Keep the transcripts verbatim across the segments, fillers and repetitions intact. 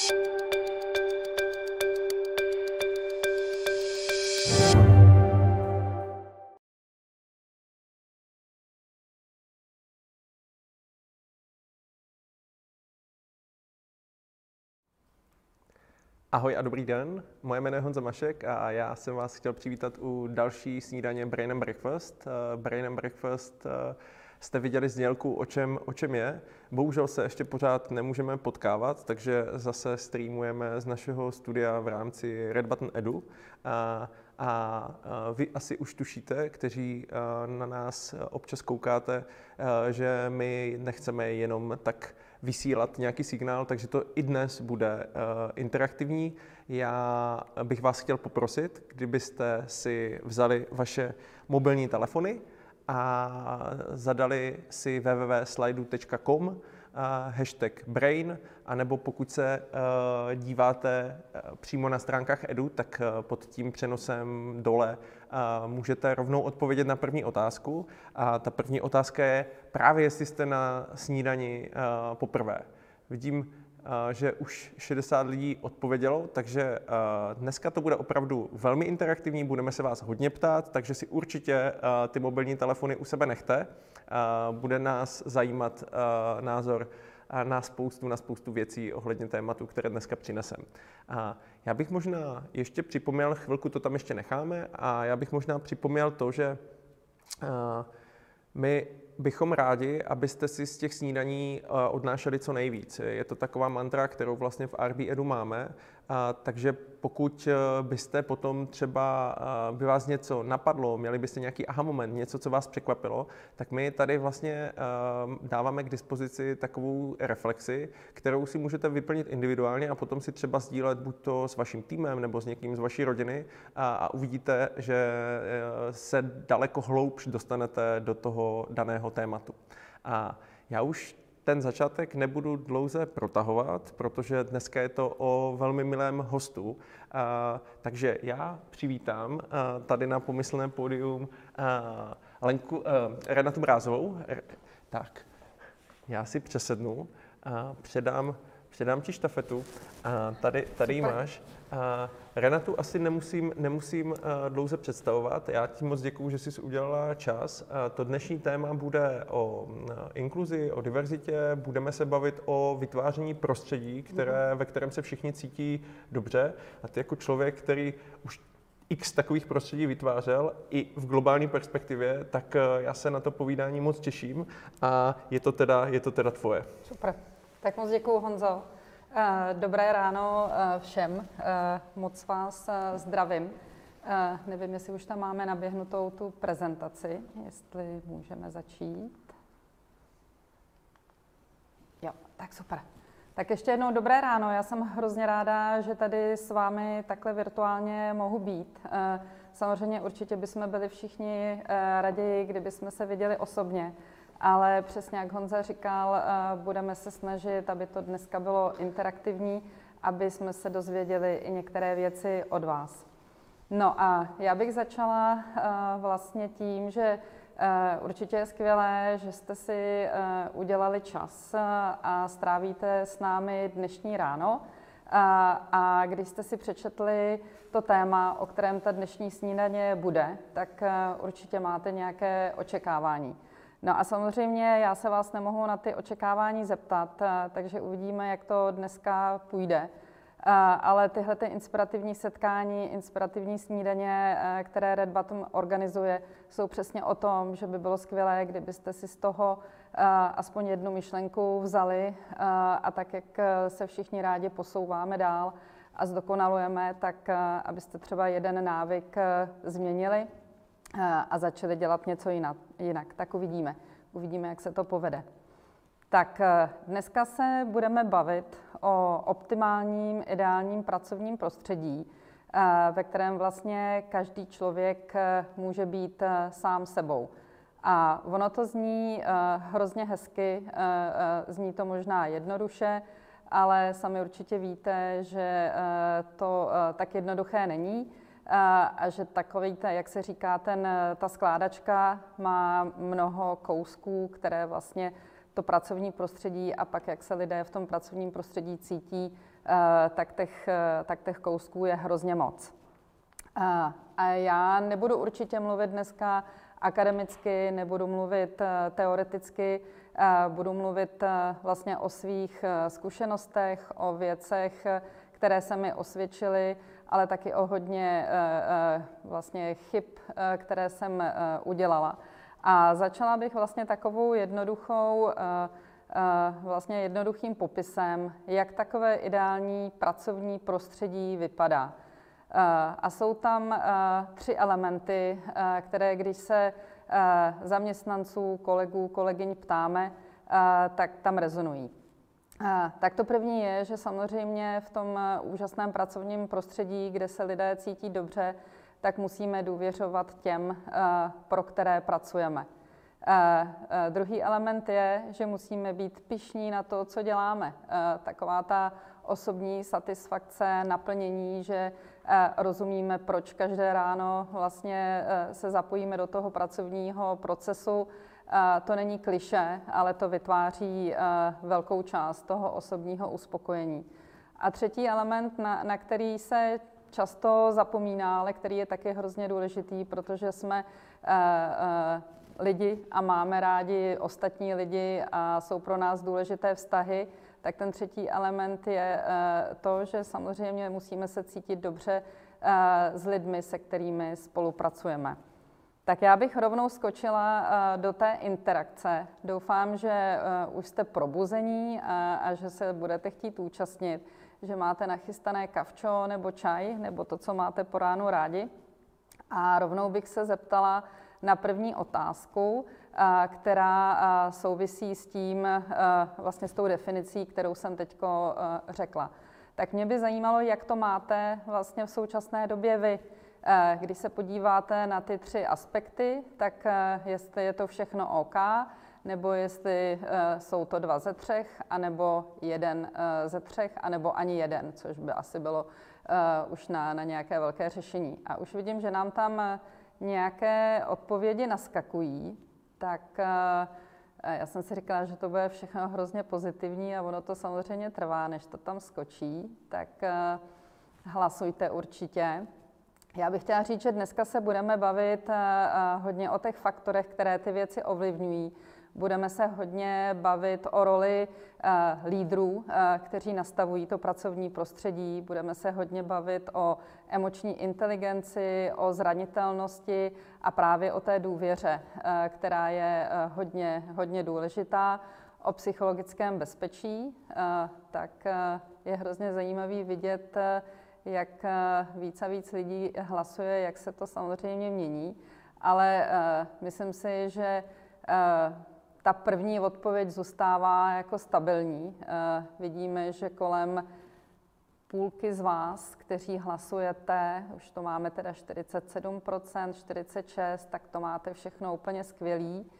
Ahoj a dobrý den, moje jméno je Honza Mašek a já jsem vás chtěl přivítat u další snídaně Brain and Breakfast. Brain and Breakfast jste viděli znělku, o čem, o čem je. Bohužel se ještě pořád nemůžeme potkávat, takže zase streamujeme z našeho studia v rámci Red Button Edu. A, a vy asi už tušíte, kteří na nás občas koukáte, že my nechceme jenom tak vysílat nějaký signál, takže to i dnes bude uh, interaktivní. Já bych vás chtěl poprosit, kdybyste si vzali vaše mobilní telefony a zadali si w w w tečka slido tečka com uh, hashtag brain, anebo pokud se uh, díváte uh, přímo na stránkách Edu, tak uh, pod tím přenosem dole uh, můžete rovnou odpovědět na první otázku. A ta první otázka je právě, jestli jste na snídani uh, poprvé. Vidím, uh, že už šedesát lidí odpovědělo, takže uh, dneska to bude opravdu velmi interaktivní, budeme se vás hodně ptát, takže si určitě uh, ty mobilní telefony u sebe nechte. Uh, bude nás zajímat uh, názor na spoustu, na spoustu věcí ohledně tématu, které dneska přinesem. A já bych možná ještě připomněl, chvilku to tam ještě necháme, a já bych možná připomněl to, že uh, my bychom rádi, abyste si z těch snídaní uh, odnášeli co nejvíc. Je to taková mantra, kterou vlastně v R B Edu máme, uh, takže pokud uh, byste potom třeba, uh, by vás něco napadlo, měli byste nějaký aha moment, něco, co vás překvapilo, tak my tady vlastně uh, dáváme k dispozici takovou reflexi, kterou si můžete vyplnit individuálně a potom si třeba sdílet buď to s vaším týmem nebo s někým z vaší rodiny a, a uvidíte, že uh, se daleko hloubš dostanete do toho daného tématu. A já už ten začátek nebudu dlouze protahovat, protože dneska je to o velmi milém hostu. A, takže já přivítám a, tady na pomyslném pódium a, Lenku, a, Renatu Mrázovou. Tak, já si přesednu a předám, předám ti štafetu. A tady, tady ji máš. A Renatu asi nemusím, nemusím dlouze představovat. Já ti moc děkuju, že jsi udělala čas. A to dnešní téma bude o inkluzi, o diverzitě. Budeme se bavit o vytváření prostředí, které, ve kterém se všichni cítí dobře. A ty jako člověk, který už x takových prostředí vytvářel i v globální perspektivě, tak já se na to povídání moc těším. A je to teda, je to teda tvoje. Super. Tak moc děkuju, Honzo. Dobré ráno všem, moc vás zdravím. Nevím, jestli už tam máme naběhnutou tu prezentaci, jestli můžeme začít. Jo, tak super. Tak ještě jednou dobré ráno, já jsem hrozně ráda, že tady s vámi takhle virtuálně mohu být. Samozřejmě určitě bychom byli všichni raději, kdyby jsme se viděli osobně. Ale přesně jak Honza říkal, budeme se snažit, aby to dneska bylo interaktivní, aby jsme se dozvěděli i některé věci od vás. No a já bych začala vlastně tím, že určitě je skvělé, že jste si udělali čas a strávíte s námi dnešní ráno. A když jste si přečetli to téma, o kterém ta dnešní snídaně bude, tak určitě máte nějaké očekávání. No a samozřejmě já se vás nemohu na ty očekávání zeptat, takže uvidíme, jak to dneska půjde. Ale tyhle ty inspirativní setkání, inspirativní snídaně, které Red Button organizuje, jsou přesně o tom, že by bylo skvělé, kdybyste si z toho aspoň jednu myšlenku vzali a tak, jak se všichni rádi posouváme dál a zdokonalujeme, tak abyste třeba jeden návyk změnili a začali dělat něco jinak. Tak uvidíme. Uvidíme, jak se to povede. Tak dneska se budeme bavit o optimálním, ideálním pracovním prostředí, ve kterém vlastně každý člověk může být sám sebou. A ono to zní hrozně hezky, zní to možná jednoduše, ale sami určitě víte, že to tak jednoduché není. A že takový, jak se říká, ten, ta skládačka má mnoho kousků, které vlastně to pracovní prostředí a pak, jak se lidé v tom pracovním prostředí cítí, tak těch, tak těch kousků je hrozně moc. A já nebudu určitě mluvit dneska akademicky, nebudu mluvit teoreticky, budu mluvit vlastně o svých zkušenostech, o věcech, které se mi osvědčily, ale taky o hodně vlastně chyb, které jsem udělala. A začala bych vlastně takovou jednoduchou, vlastně jednoduchým popisem, jak takové ideální pracovní prostředí vypadá. A jsou tam tři elementy, které když se zaměstnanců, kolegů, kolegyň ptáme, tak tam rezonují. Tak to první je, že samozřejmě v tom úžasném pracovním prostředí, kde se lidé cítí dobře, tak musíme důvěřovat těm, pro které pracujeme. Druhý element je, že musíme být pyšní na to, co děláme. Taková ta osobní satisfakce, naplnění, že rozumíme, proč každé ráno vlastně se zapojíme do toho pracovního procesu. To není klišé, ale to vytváří velkou část toho osobního uspokojení. A třetí element, na, na který se často zapomíná, ale který je taky hrozně důležitý, protože jsme lidi a máme rádi ostatní lidi a jsou pro nás důležité vztahy, tak ten třetí element je to, že samozřejmě musíme se cítit dobře s lidmi, se kterými spolupracujeme. Tak já bych rovnou skočila do té interakce. Doufám, že už jste probuzení a že se budete chtít účastnit, že máte nachystané kavčo nebo čaj, nebo to, co máte po ránu rádi. A rovnou bych se zeptala na první otázku, která souvisí s tím, vlastně s tou definicí, kterou jsem teď řekla. Tak mě by zajímalo, jak to máte vlastně v současné době vy. Když se podíváte na ty tři aspekty, tak jestli je to všechno OK, nebo jestli jsou to dva ze třech, anebo jeden ze třech, anebo ani jeden, což by asi bylo už na, na nějaké velké řešení. A už vidím, že nám tam nějaké odpovědi naskakují, tak já jsem si říkala, že to bude všechno hrozně pozitivní a ono to samozřejmě trvá, než to tam skočí, tak hlasujte určitě. Já bych chtěla říct, že dneska se budeme bavit hodně o těch faktorech, které ty věci ovlivňují. Budeme se hodně bavit o roli lídrů, kteří nastavují to pracovní prostředí. Budeme se hodně bavit o emoční inteligenci, o zranitelnosti a právě o té důvěře, která je hodně, hodně důležitá, o psychologickém bezpečí. Tak je hrozně zajímavý vidět, jak víc a víc lidí hlasuje, jak se to samozřejmě mění. Ale myslím si, že ta první odpověď zůstává jako stabilní. Vidíme, že kolem půlky z vás, kteří hlasujete, už to máme teda čtyřicet sedm procent, čtyřicet šest procent, tak to máte všechno úplně skvělý.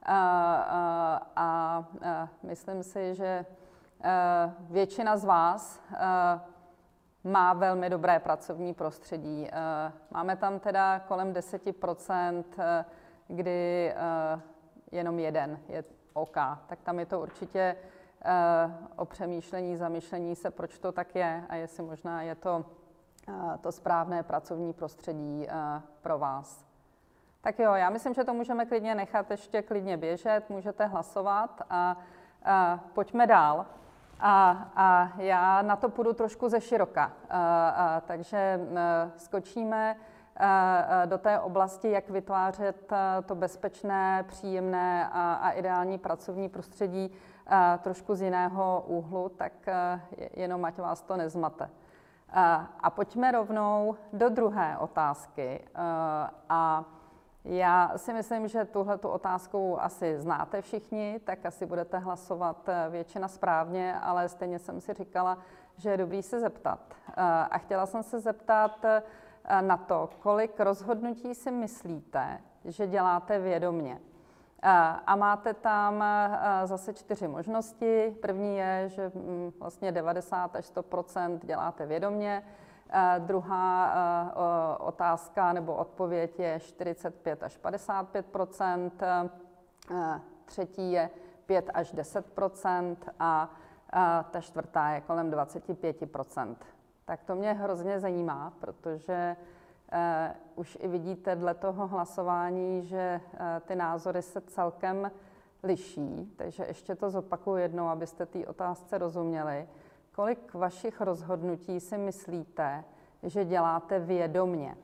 A myslím si, že většina z vás má velmi dobré pracovní prostředí. Máme tam teda kolem deset procent, kdy jenom jeden je OK. Tak tam je to určitě o přemýšlení, zamýšlení se, proč to tak je a jestli možná je to to správné pracovní prostředí pro vás. Tak jo, já myslím, že to můžeme klidně nechat ještě klidně běžet, můžete hlasovat a, a pojďme dál. A, a já na to půjdu trošku ze široka, a, a, takže a, skočíme a, do té oblasti, jak vytvářet to bezpečné, příjemné a, a ideální pracovní prostředí a, trošku z jiného úhlu, tak a, jenom ať vás to nezmate. A, a pojďme rovnou do druhé otázky. A, a já si myslím, že tuhletu otázku asi znáte všichni, tak asi budete hlasovat většina správně, ale stejně jsem si říkala, že je dobrý se zeptat. A chtěla jsem se zeptat na to, kolik rozhodnutí si myslíte, že děláte vědomě. A máte tam zase čtyři možnosti. První je, že vlastně devadesát až sto procent děláte vědomě. Uh, druhá uh, otázka nebo odpověď je čtyřicet pět až padesát pět procent. Uh, třetí je pět až deset procent a, a ta čtvrtá je kolem dvacet pět procent. Tak to mě hrozně zajímá, protože uh, už i vidíte dle toho hlasování, že uh, ty názory se celkem liší, takže ještě to zopakuju jednou, abyste té otázce rozuměli. Kolik vašich rozhodnutí si myslíte, že děláte vědomně?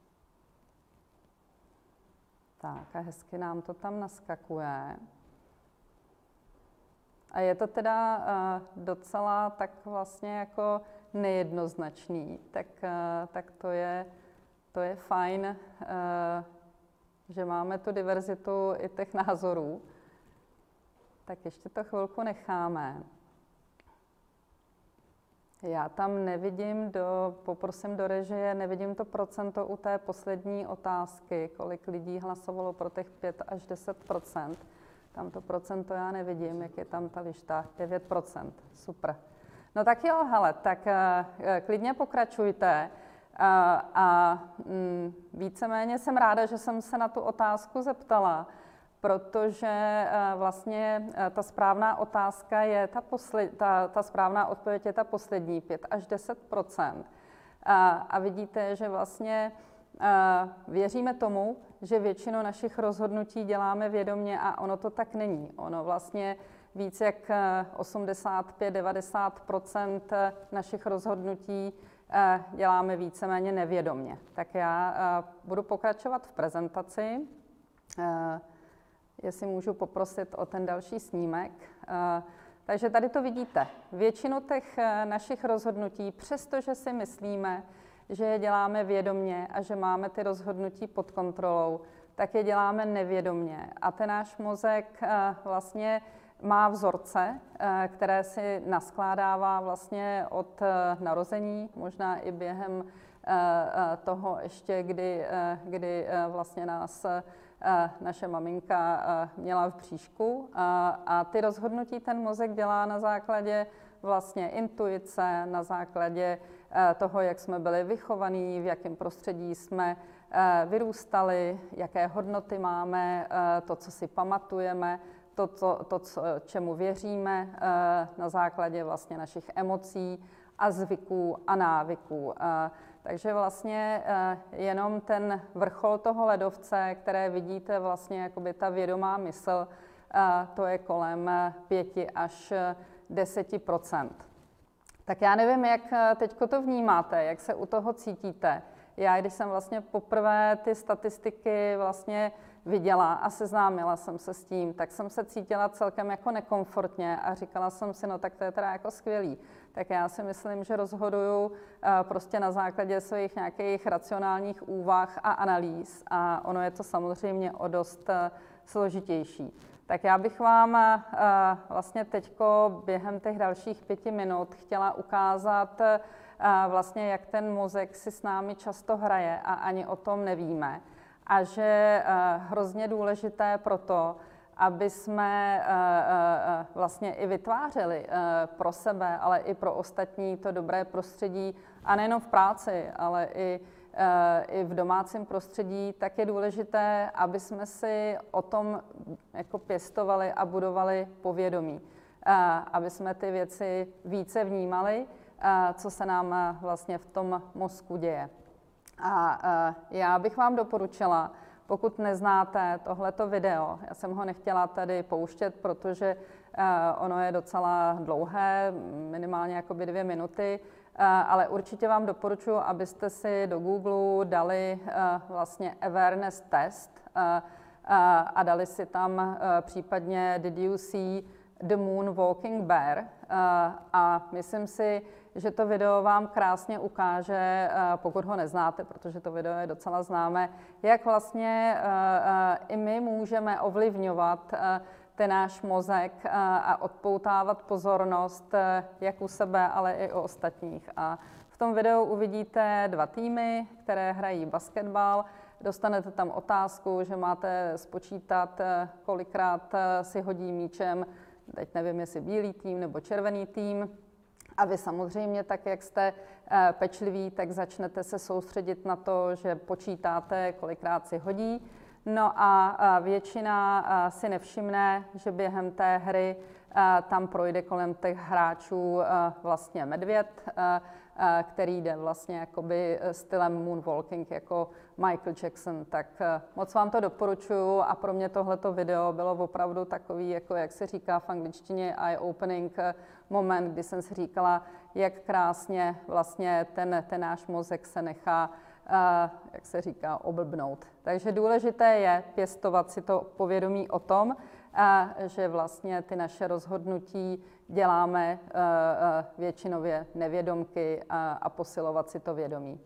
Tak a hezky nám to tam naskakuje. A je to teda uh, docela tak vlastně jako nejednoznačný, tak, uh, tak to je, to je fajn, uh, že máme tu diverzitu i těch názorů. Tak ještě to chvilku necháme. Já tam nevidím, do, poprosím do režie, nevidím to procento u té poslední otázky, kolik lidí hlasovalo pro těch pět až deset procent. Tam to procento já nevidím, jak je tam ta lišta, devět procent. Super. No tak jo, hele, tak uh, klidně pokračujte. Uh, a um, víceméně jsem ráda, že jsem se na tu otázku zeptala, protože uh, vlastně uh, ta správná otázka je ta, posled, ta, ta správná odpověď je ta poslední, pět až deset procent. Uh, a vidíte, že vlastně uh, věříme tomu, že většinu našich rozhodnutí děláme vědomě a ono to tak není. Ono vlastně víc jak osmdesát pět až devadesát procent našich rozhodnutí uh, děláme víceméně nevědomě. Tak já uh, budu pokračovat v prezentaci. Uh, Jestli můžu poprosit o ten další snímek. Takže tady to vidíte. Většinu těch našich rozhodnutí, přestože si myslíme, že je děláme vědomně a že máme ty rozhodnutí pod kontrolou, tak je děláme nevědomně. A ten náš mozek vlastně má vzorce, které si naskládává vlastně od narození, možná i během toho ještě, kdy, kdy vlastně nás naše maminka měla v bříšku. A ty rozhodnutí ten mozek dělá na základě vlastně intuice, na základě toho, jak jsme byli vychovaní, v jakém prostředí jsme vyrůstali, jaké hodnoty máme, to, co si pamatujeme, to, to, to co, čemu věříme, na základě vlastně našich emocí a zvyků a návyků. Takže vlastně jenom ten vrchol toho ledovce, které vidíte vlastně jakoby ta vědomá mysl, to je kolem pět až deset procent. Tak já nevím, jak teďko to vnímáte, jak se u toho cítíte. Já, když jsem vlastně poprvé ty statistiky vlastně viděla a seznámila jsem se s tím, tak jsem se cítila celkem jako nekomfortně a říkala jsem si, no tak to je teda jako skvělý. Tak já si myslím, že rozhoduju prostě na základě svých nějakých racionálních úvah a analýz a ono je to samozřejmě o dost složitější. Tak já bych vám vlastně teďko během těch dalších pěti minut chtěla ukázat vlastně, jak ten mozek si s námi často hraje a ani o tom nevíme. A že hrozně důležité proto, aby jsme vlastně i vytvářeli pro sebe, ale i pro ostatní to dobré prostředí, a nejenom v práci, ale i, i v domácím prostředí, tak je důležité, aby jsme si o tom jako pěstovali a budovali povědomí. Aby jsme ty věci více vnímali, co se nám vlastně v tom mozku děje. A já bych vám doporučila, pokud neznáte tohleto video, já jsem ho nechtěla tady pouštět, protože ono je docela dlouhé, minimálně jakoby dvě minuty, ale určitě vám doporučuji, abyste si do Google dali vlastně awareness test a dali si tam případně Did you see the moon walking bear? A myslím si, že to video vám krásně ukáže, pokud ho neznáte, protože to video je docela známé, jak vlastně i my můžeme ovlivňovat ten náš mozek a odpoutávat pozornost jak u sebe, ale i u ostatních. A v tom videu uvidíte dva týmy, které hrají basketbal. Dostanete tam otázku, že máte spočítat, kolikrát si hodí míčem, teď nevím, jestli bílý tým nebo červený tým. A vy samozřejmě, tak jak jste pečliví, tak začnete se soustředit na to, že počítáte, kolikrát si hodí. No a většina si nevšimne, že během té hry tam projde kolem těch hráčů vlastně medvěd, který jde vlastně jakoby stylem moonwalking jako Michael Jackson. Tak moc vám to doporučuju a pro mě tohleto video bylo opravdu takový, jako jak se říká v angličtině eye-opening moment, kdy jsem si říkala, jak krásně vlastně ten, ten náš mozek se nechá, jak se říká, oblbnout. Takže důležité je pěstovat si to povědomí o tom, že vlastně ty naše rozhodnutí děláme většinově nevědomky a posilovat si to vědomí.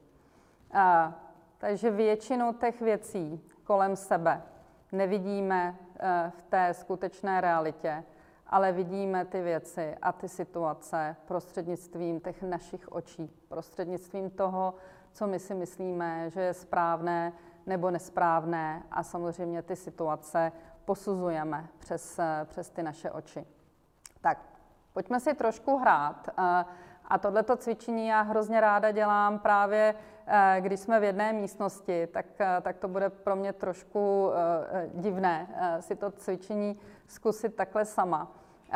Takže většinu těch věcí kolem sebe nevidíme v té skutečné realitě, ale vidíme ty věci a ty situace prostřednictvím těch našich očí, prostřednictvím toho, co my si myslíme, že je správné nebo nesprávné a samozřejmě ty situace posuzujeme přes, přes ty naše oči. Tak, pojďme si trošku hrát. A tohleto cvičení já hrozně ráda dělám právě, když jsme v jedné místnosti, tak, tak to bude pro mě trošku divné si to cvičení zkusit takhle sama.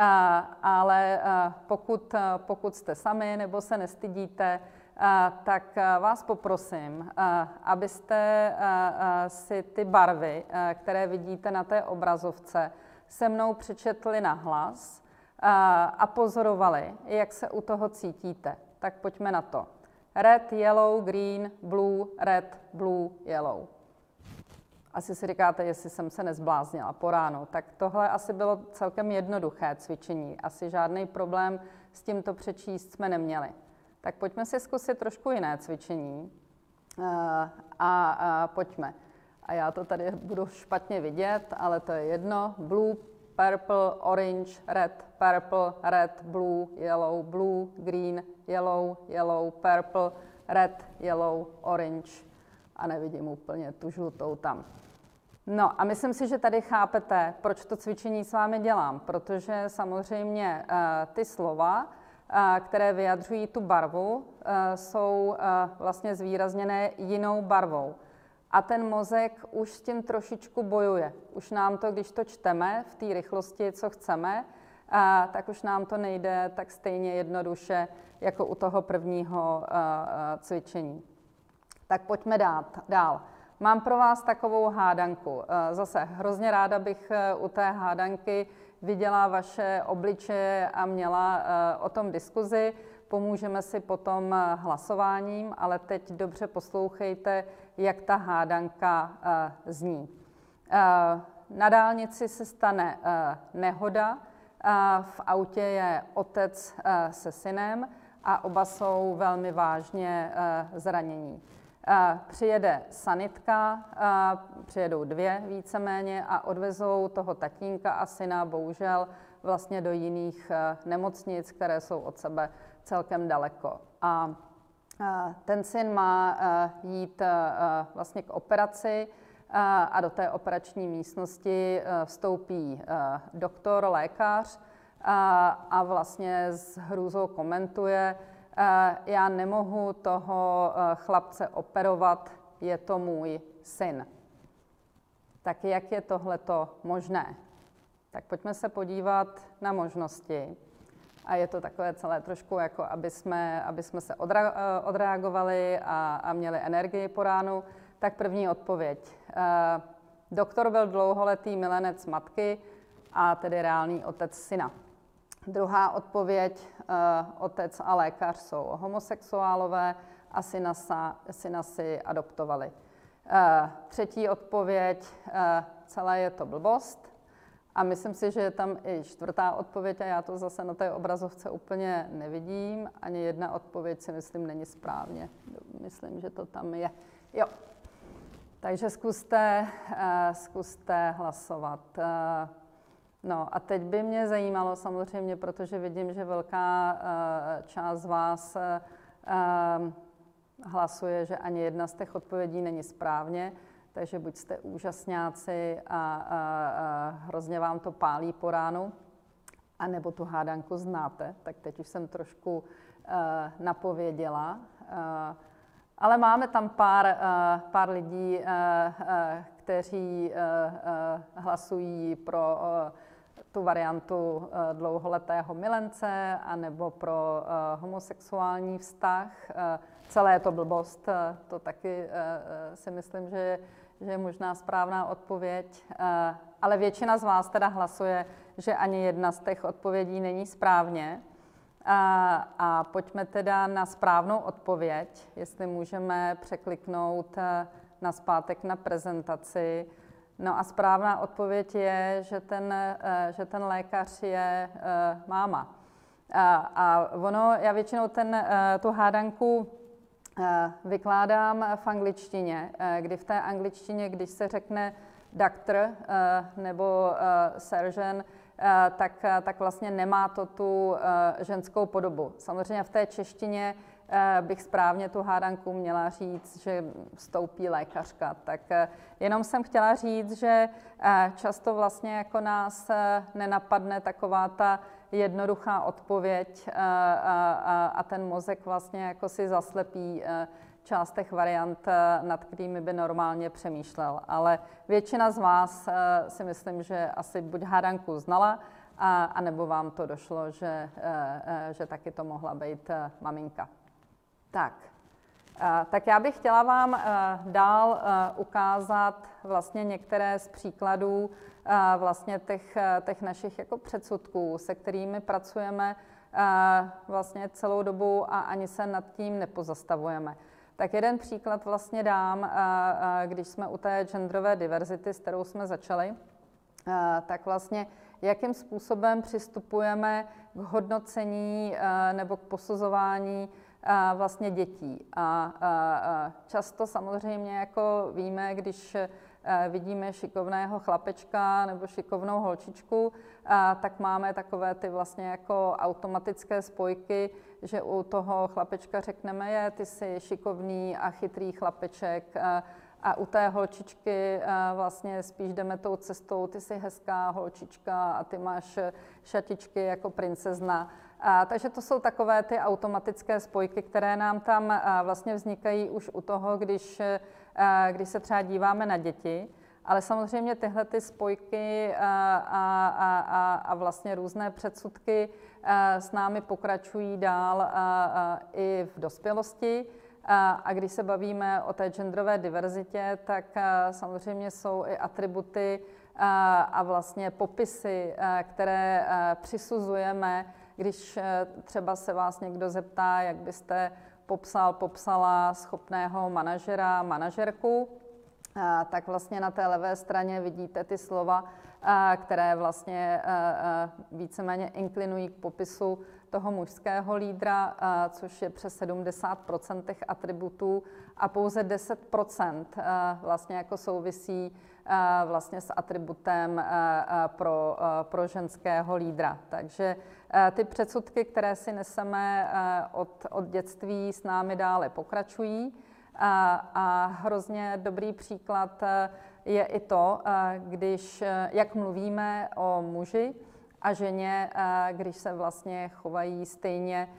Ale pokud, pokud jste sami nebo se nestydíte, tak vás poprosím, abyste si ty barvy, které vidíte na té obrazovce, se mnou přečetli nahlas a pozorovali, jak se u toho cítíte. Tak pojďme na to. Red, yellow, green, blue, red, blue, yellow. Asi si říkáte, jestli jsem se nezbláznila po ránu. Tak tohle asi bylo celkem jednoduché cvičení. Asi žádný problém s tímto přečíst jsme neměli. Tak pojďme si zkusit trošku jiné cvičení. A, a pojďme. A já to tady budu špatně vidět, ale to je jedno. Blue, purple, orange, red, purple, red, blue, yellow, blue, green, yellow, yellow, purple, red, yellow, orange. A nevidím úplně tu žlutou tam. No a myslím si, že tady chápete, proč to cvičení s vámi dělám. Protože samozřejmě uh, ty slova, uh, které vyjadřují tu barvu, uh, jsou uh, vlastně zvýrazněné jinou barvou. A ten mozek už s tím trošičku bojuje. Už nám to, když to čteme v té rychlosti, co chceme, uh, tak už nám to nejde tak stejně jednoduše, jako u toho prvního uh, uh, cvičení. Tak pojďme dát, dál. Mám pro vás takovou hádanku. Zase hrozně ráda bych u té hádanky viděla vaše obličeje a měla o tom diskuzi. Pomůžeme si potom hlasováním, ale teď dobře poslouchejte, jak ta hádanka zní. Na dálnici se stane nehoda. V autě je otec se synem a oba jsou velmi vážně zranění. Přijede sanitka, přijedou dvě víceméně a odvezou toho tatínka a syna bohužel vlastně do jiných nemocnic, které jsou od sebe celkem daleko. A ten syn má jít vlastně k operaci a do té operační místnosti vstoupí doktor, lékař a vlastně s hrůzou komentuje: já nemohu toho chlapce operovat, je to můj syn. Tak jak je tohleto možné? Tak pojďme se podívat na možnosti. A je to takové celé trošku, jako aby jsme, aby jsme se odra- odreagovali a, a měli energii po ránu. Tak první odpověď. Doktor byl dlouholetý milenec matky a tedy reálný otec syna. Druhá odpověď, otec a lékař jsou homosexuálové a syna, sa, syna si adoptovali. Třetí odpověď, celé je to blbost. A myslím si, že je tam i čtvrtá odpověď a já to zase na té obrazovce úplně nevidím. Ani jedna odpověď si myslím není správně. Myslím, že to tam je. Jo. Takže zkuste, zkuste hlasovat. No a teď by mě zajímalo samozřejmě, protože vidím, že velká uh, část z vás uh, hlasuje, že ani jedna z těch odpovědí není správně, takže buď jste úžasňáci a, a, a hrozně vám to pálí po ránu, anebo tu hádanku znáte, tak teď už jsem trošku uh, napověděla. Uh, Ale máme tam pár, uh, pár lidí, uh, uh, kteří uh, uh, hlasují pro uh, tu variantu uh, dlouholetého milence anebo pro uh, homosexuální vztah. Uh, celé je to blbost, uh, to taky uh, si myslím, že, že je možná správná odpověď. Uh, ale většina z vás teda hlasuje, že ani jedna z těch odpovědí není správně. A, a pojďme teda na správnou odpověď, jestli můžeme překliknout na zpátek na prezentaci. No a správná odpověď je, že ten, že ten lékař je máma. A, a ono, já většinou ten, tu hádanku vykládám v angličtině, kdy v té angličtině, když se řekne doctor nebo surgeon, tak, tak vlastně nemá to tu ženskou podobu. Samozřejmě v té češtině bych správně tu hádanku měla říct, že vstoupí lékařka. Tak jenom jsem chtěla říct, že často vlastně jako nás nenapadne taková ta jednoduchá odpověď a ten mozek vlastně jako si zaslepí část těch variant, nad kterými by normálně přemýšlel. Ale většina z vás si myslím, že asi buď hádanku znala, a, a nebo vám to došlo, že, že taky to mohla být maminka. Tak, tak já bych chtěla vám dál ukázat vlastně některé z příkladů vlastně těch, těch našich jako předsudků, se kterými pracujeme vlastně celou dobu a ani se nad tím nepozastavujeme. Tak jeden příklad vlastně dám, když jsme u té genderové diverzity, s kterou jsme začali, tak vlastně jakým způsobem přistupujeme k hodnocení nebo k posuzování vlastně dětí. A často samozřejmě jako víme, když vidíme šikovného chlapečka nebo šikovnou holčičku, tak máme takové ty vlastně jako automatické spojky, že u toho chlapečka řekneme, je, ty jsi šikovný a chytrý chlapeček, a u té holčičky vlastně spíš jdeme tou cestou, ty jsi hezká holčička a ty máš šatičky jako princezna. A, takže to jsou takové ty automatické spojky, které nám tam a, vlastně vznikají už u toho, když, a, když se třeba díváme na děti. Ale samozřejmě tyhle ty spojky a, a, a, a vlastně různé předsudky a, s námi pokračují dál a, a, i v dospělosti. A, a když se bavíme o té genderové diverzitě, tak a, samozřejmě jsou i atributy a, a vlastně popisy, a, které a, přisuzujeme. Když třeba se vás někdo zeptá, jak byste popsal, popsala schopného manažera, manažerku, tak vlastně na té levé straně vidíte ty slova, které vlastně víceméně inklinují k popisu toho mužského lídra, což je přes sedmdesát procent těch atributů a pouze deset procent vlastně jako souvisí vlastně s atributem pro, pro ženského lídra. Takže ty předsudky, které si neseme od, od dětství, s námi dále pokračují. A, a hrozně dobrý příklad je i to, když, jak mluvíme o muži a ženě, když se vlastně chovají stejně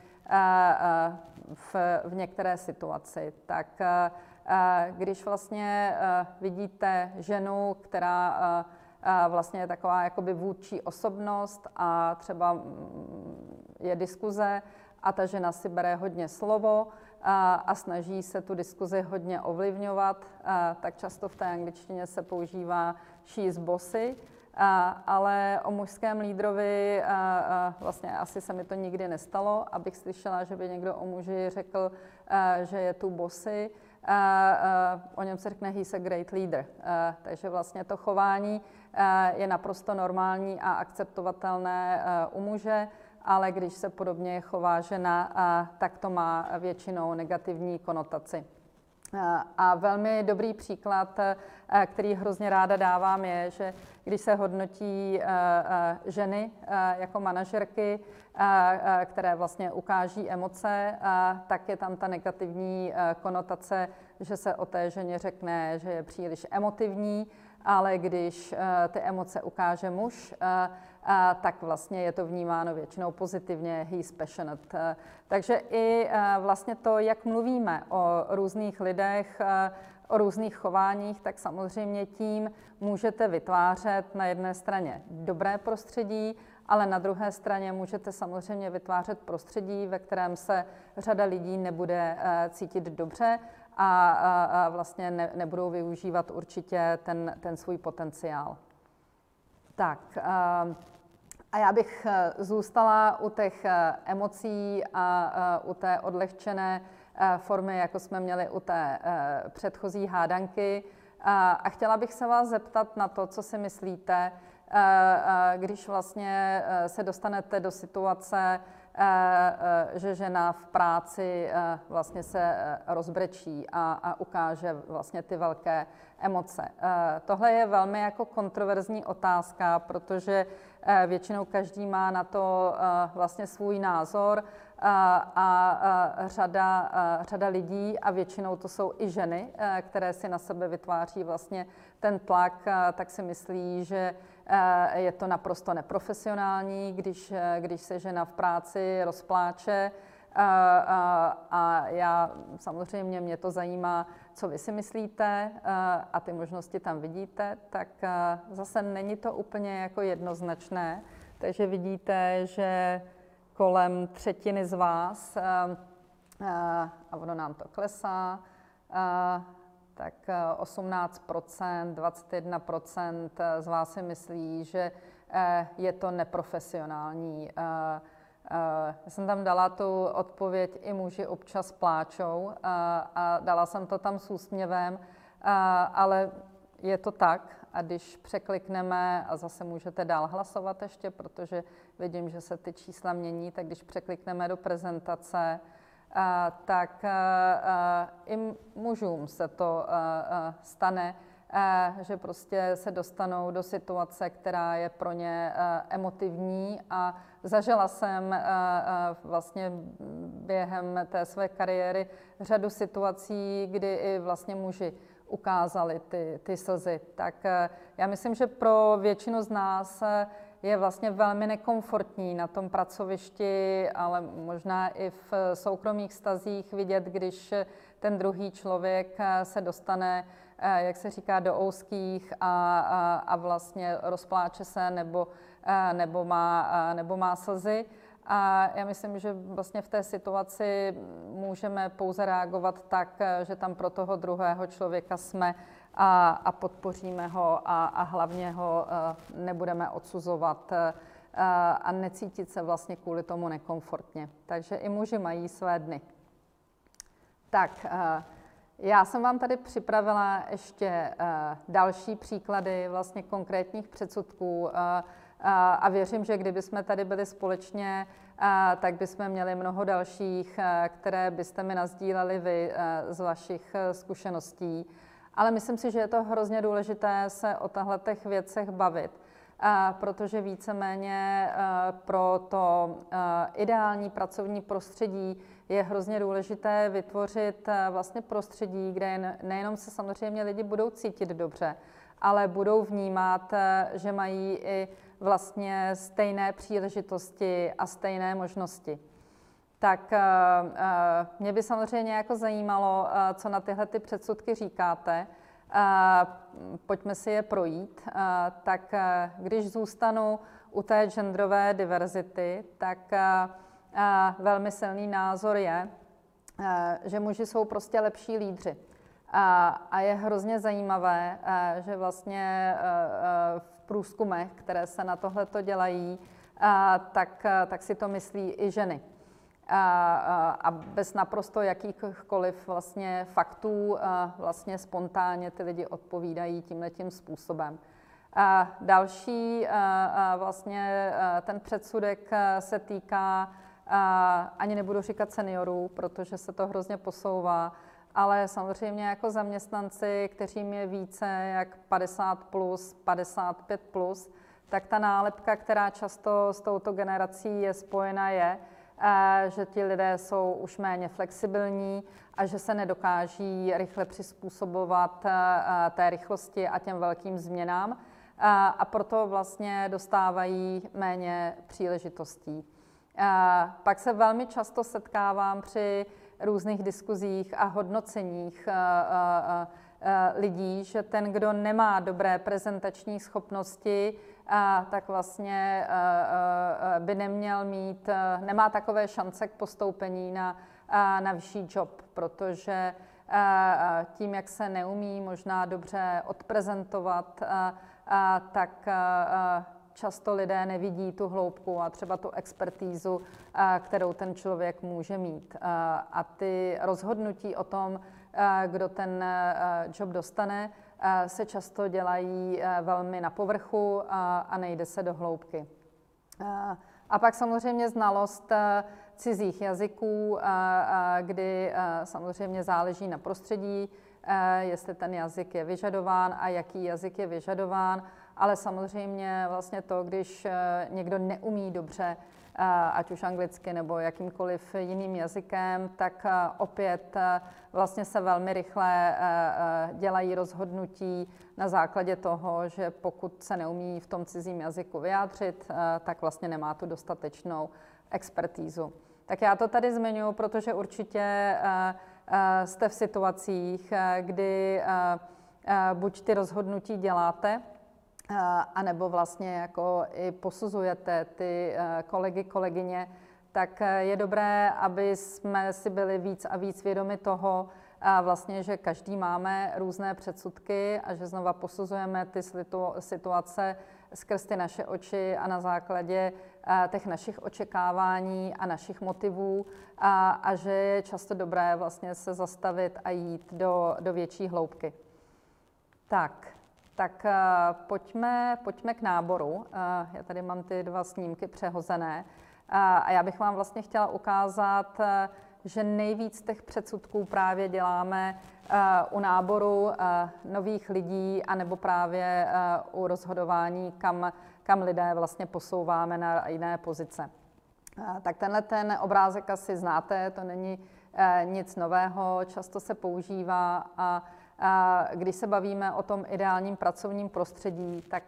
v, v některé situaci. Tak když vlastně vidíte ženu, která vlastně je taková jakoby vůdčí osobnost a třeba je diskuze a ta žena si bere hodně slovo a, a snaží se tu diskuzi hodně ovlivňovat, a, tak často v té angličtině se používá she is bossy, a, ale o mužském lídrovi a, a vlastně asi se mi to nikdy nestalo, abych slyšela, že by někdo o muži řekl, a, že je tu bossy. A, a, o něm se řekne he's a great leader. A, takže vlastně to chování a, je naprosto normální a akceptovatelné a, u muže, ale když se podobně chová žena, a, tak to má většinou negativní konotaci. A, a velmi dobrý příklad, a, který hrozně ráda dávám, je, že když se hodnotí a, a, ženy a, jako manažerky, a, a, které vlastně ukáží emoce, a, tak je tam ta negativní a, konotace, že se o té ženě řekne, že je příliš emotivní, ale když uh, ty emoce ukáže muž, uh, uh, tak vlastně je to vnímáno většinou pozitivně, he's passionate. Takže i vlastně to, jak mluvíme o různých lidech, o různých chováních, tak samozřejmě tím můžete vytvářet na jedné straně dobré prostředí, ale na druhé straně můžete samozřejmě vytvářet prostředí, ve kterém se řada lidí nebude cítit dobře a, a vlastně ne, nebudou využívat určitě ten, ten svůj potenciál. Tak a já bych zůstala u těch emocí a u té odlehčené formy, jako jsme měli u té předchozí hádanky. A chtěla bych se vás zeptat na to, co si myslíte, když vlastně se dostanete do situace, že žena v práci vlastně se rozbrečí a, a ukáže vlastně ty velké emoce. Tohle je velmi jako kontroverzní otázka, protože většinou každý má na to vlastně svůj názor a, a řada, řada lidí, a většinou to jsou i ženy, které si na sebe vytváří vlastně ten tlak, tak si myslí, že je to naprosto neprofesionální, když, když se žena v práci rozpláče. A, a, a já samozřejmě, mě to zajímá, co vy si myslíte a, a ty možnosti tam vidíte, tak zase není to úplně jako jednoznačné. Takže vidíte, že kolem třetiny z vás, a, a ono nám to klesá, a, tak osmnáct procent, dvacet jedna procent z vás si myslí, že je to neprofesionální. Já jsem tam dala tu odpověď, i muži občas pláčou, a dala jsem to tam s úsměvem, ale je to tak. A když překlikneme, a zase můžete dál hlasovat ještě, protože vidím, že se ty čísla mění, tak když překlikneme do prezentace, Uh, tak uh, uh, i mužům se to uh, uh, stane, uh, že prostě se dostanou do situace, která je pro ně uh, emotivní, a zažila jsem uh, uh, vlastně během té své kariéry řadu situací, kdy i vlastně muži ukázali ty, ty slzy. Tak uh, já myslím, že pro většinu z nás uh, je vlastně velmi nekomfortní na tom pracovišti, ale možná i v soukromých vztazích vidět, když ten druhý člověk se dostane, jak se říká, do úzkých a, a, a vlastně rozpláče se nebo, nebo, má, nebo má slzy. A já myslím, že vlastně v té situaci můžeme pouze reagovat tak, že tam pro toho druhého člověka jsme a, a podpoříme ho a, a hlavně ho uh, nebudeme odsuzovat uh, a necítit se vlastně kvůli tomu nekomfortně. Takže i muži mají své dny. Tak, uh, já jsem vám tady připravila ještě uh, další příklady vlastně konkrétních předsudků, uh, a věřím, že kdybychom tady byli společně, tak bychom měli mnoho dalších, které byste mi nasdíleli vy z vašich zkušeností. Ale myslím si, že je to hrozně důležité se o těchto věcech bavit, protože víceméně pro to ideální pracovní prostředí je hrozně důležité vytvořit vlastně prostředí, kde nejenom se samozřejmě lidi budou cítit dobře, ale budou vnímat, že mají i vlastně stejné příležitosti a stejné možnosti. Tak mě by samozřejmě jako zajímalo, co na tyhle ty předsudky říkáte. Pojďme si je projít. Tak když zůstanu u té genderové diverzity, tak velmi silný názor je, že muži jsou prostě lepší lídři. A je hrozně zajímavé, že vlastně v průzkumech, které se na tohleto dělají, tak, tak si to myslí i ženy. A bez naprosto jakýchkoliv vlastně faktů vlastně spontánně ty lidi odpovídají tímhletím způsobem. A další vlastně ten předsudek se týká, ani nebudu říkat seniorů, protože se to hrozně posouvá, ale samozřejmě jako zaměstnanci, kterým je více jak padesát plus, padesát pět plus, tak ta nálepka, která často s touto generací je spojena, je, že ti lidé jsou už méně flexibilní a že se nedokáží rychle přizpůsobovat té rychlosti a těm velkým změnám. a, a proto vlastně dostávají méně příležitostí. Pak se velmi často setkávám při různých diskuzích a hodnoceních lidí, že ten, kdo nemá dobré prezentační schopnosti, tak vlastně by neměl mít, nemá takové šance k postoupení na, na vyšší job, protože tím, jak se neumí možná dobře odprezentovat, tak často lidé nevidí tu hloubku a třeba tu expertízu, kterou ten člověk může mít. A ty rozhodnutí o tom, kdo ten job dostane, se často dělají velmi na povrchu a nejde se do hloubky. A pak samozřejmě znalost cizích jazyků, kdy samozřejmě záleží na prostředí, jestli ten jazyk je vyžadován a jaký jazyk je vyžadován, ale samozřejmě vlastně to, když někdo neumí dobře, ať už anglicky nebo jakýmkoliv jiným jazykem, tak opět vlastně se velmi rychle dělají rozhodnutí na základě toho, že pokud se neumí v tom cizím jazyku vyjádřit, tak vlastně nemá tu dostatečnou expertízu. Tak já to tady zmiňuji, protože určitě jste v situacích, kdy buď ty rozhodnutí děláte, anebo vlastně jako i posuzujete ty kolegy, kolegyně, tak je dobré, aby jsme si byli víc a víc vědomi toho, vlastně, že každý máme různé předsudky a že znova posuzujeme ty situace skrz ty naše oči a na základě těch našich očekávání a našich motivů a, a že je často dobré vlastně se zastavit a jít do, do větší hloubky. Tak, tak pojďme, pojďme k náboru. Já tady mám ty dva snímky přehozené a já bych vám vlastně chtěla ukázat, že nejvíc těch předsudků právě děláme u náboru nových lidí anebo právě u rozhodování, kam, kam lidé vlastně posouváme na jiné pozice. Tak tenhle ten obrázek asi znáte, to není nic nového, často se používá a když se bavíme o tom ideálním pracovním prostředí, tak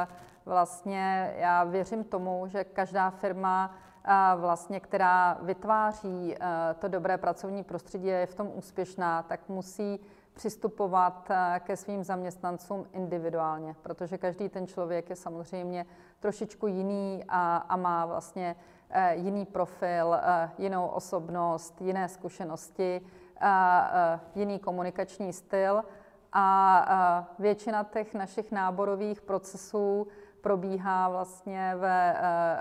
vlastně já věřím tomu, že každá firma, vlastně, která vytváří to dobré pracovní prostředí a je v tom úspěšná, tak musí přistupovat ke svým zaměstnancům individuálně, protože každý ten člověk je samozřejmě trošičku jiný a, a má vlastně jiný profil, jinou osobnost, jiné zkušenosti, jiný komunikační styl a většina těch našich náborových procesů probíhá vlastně ve,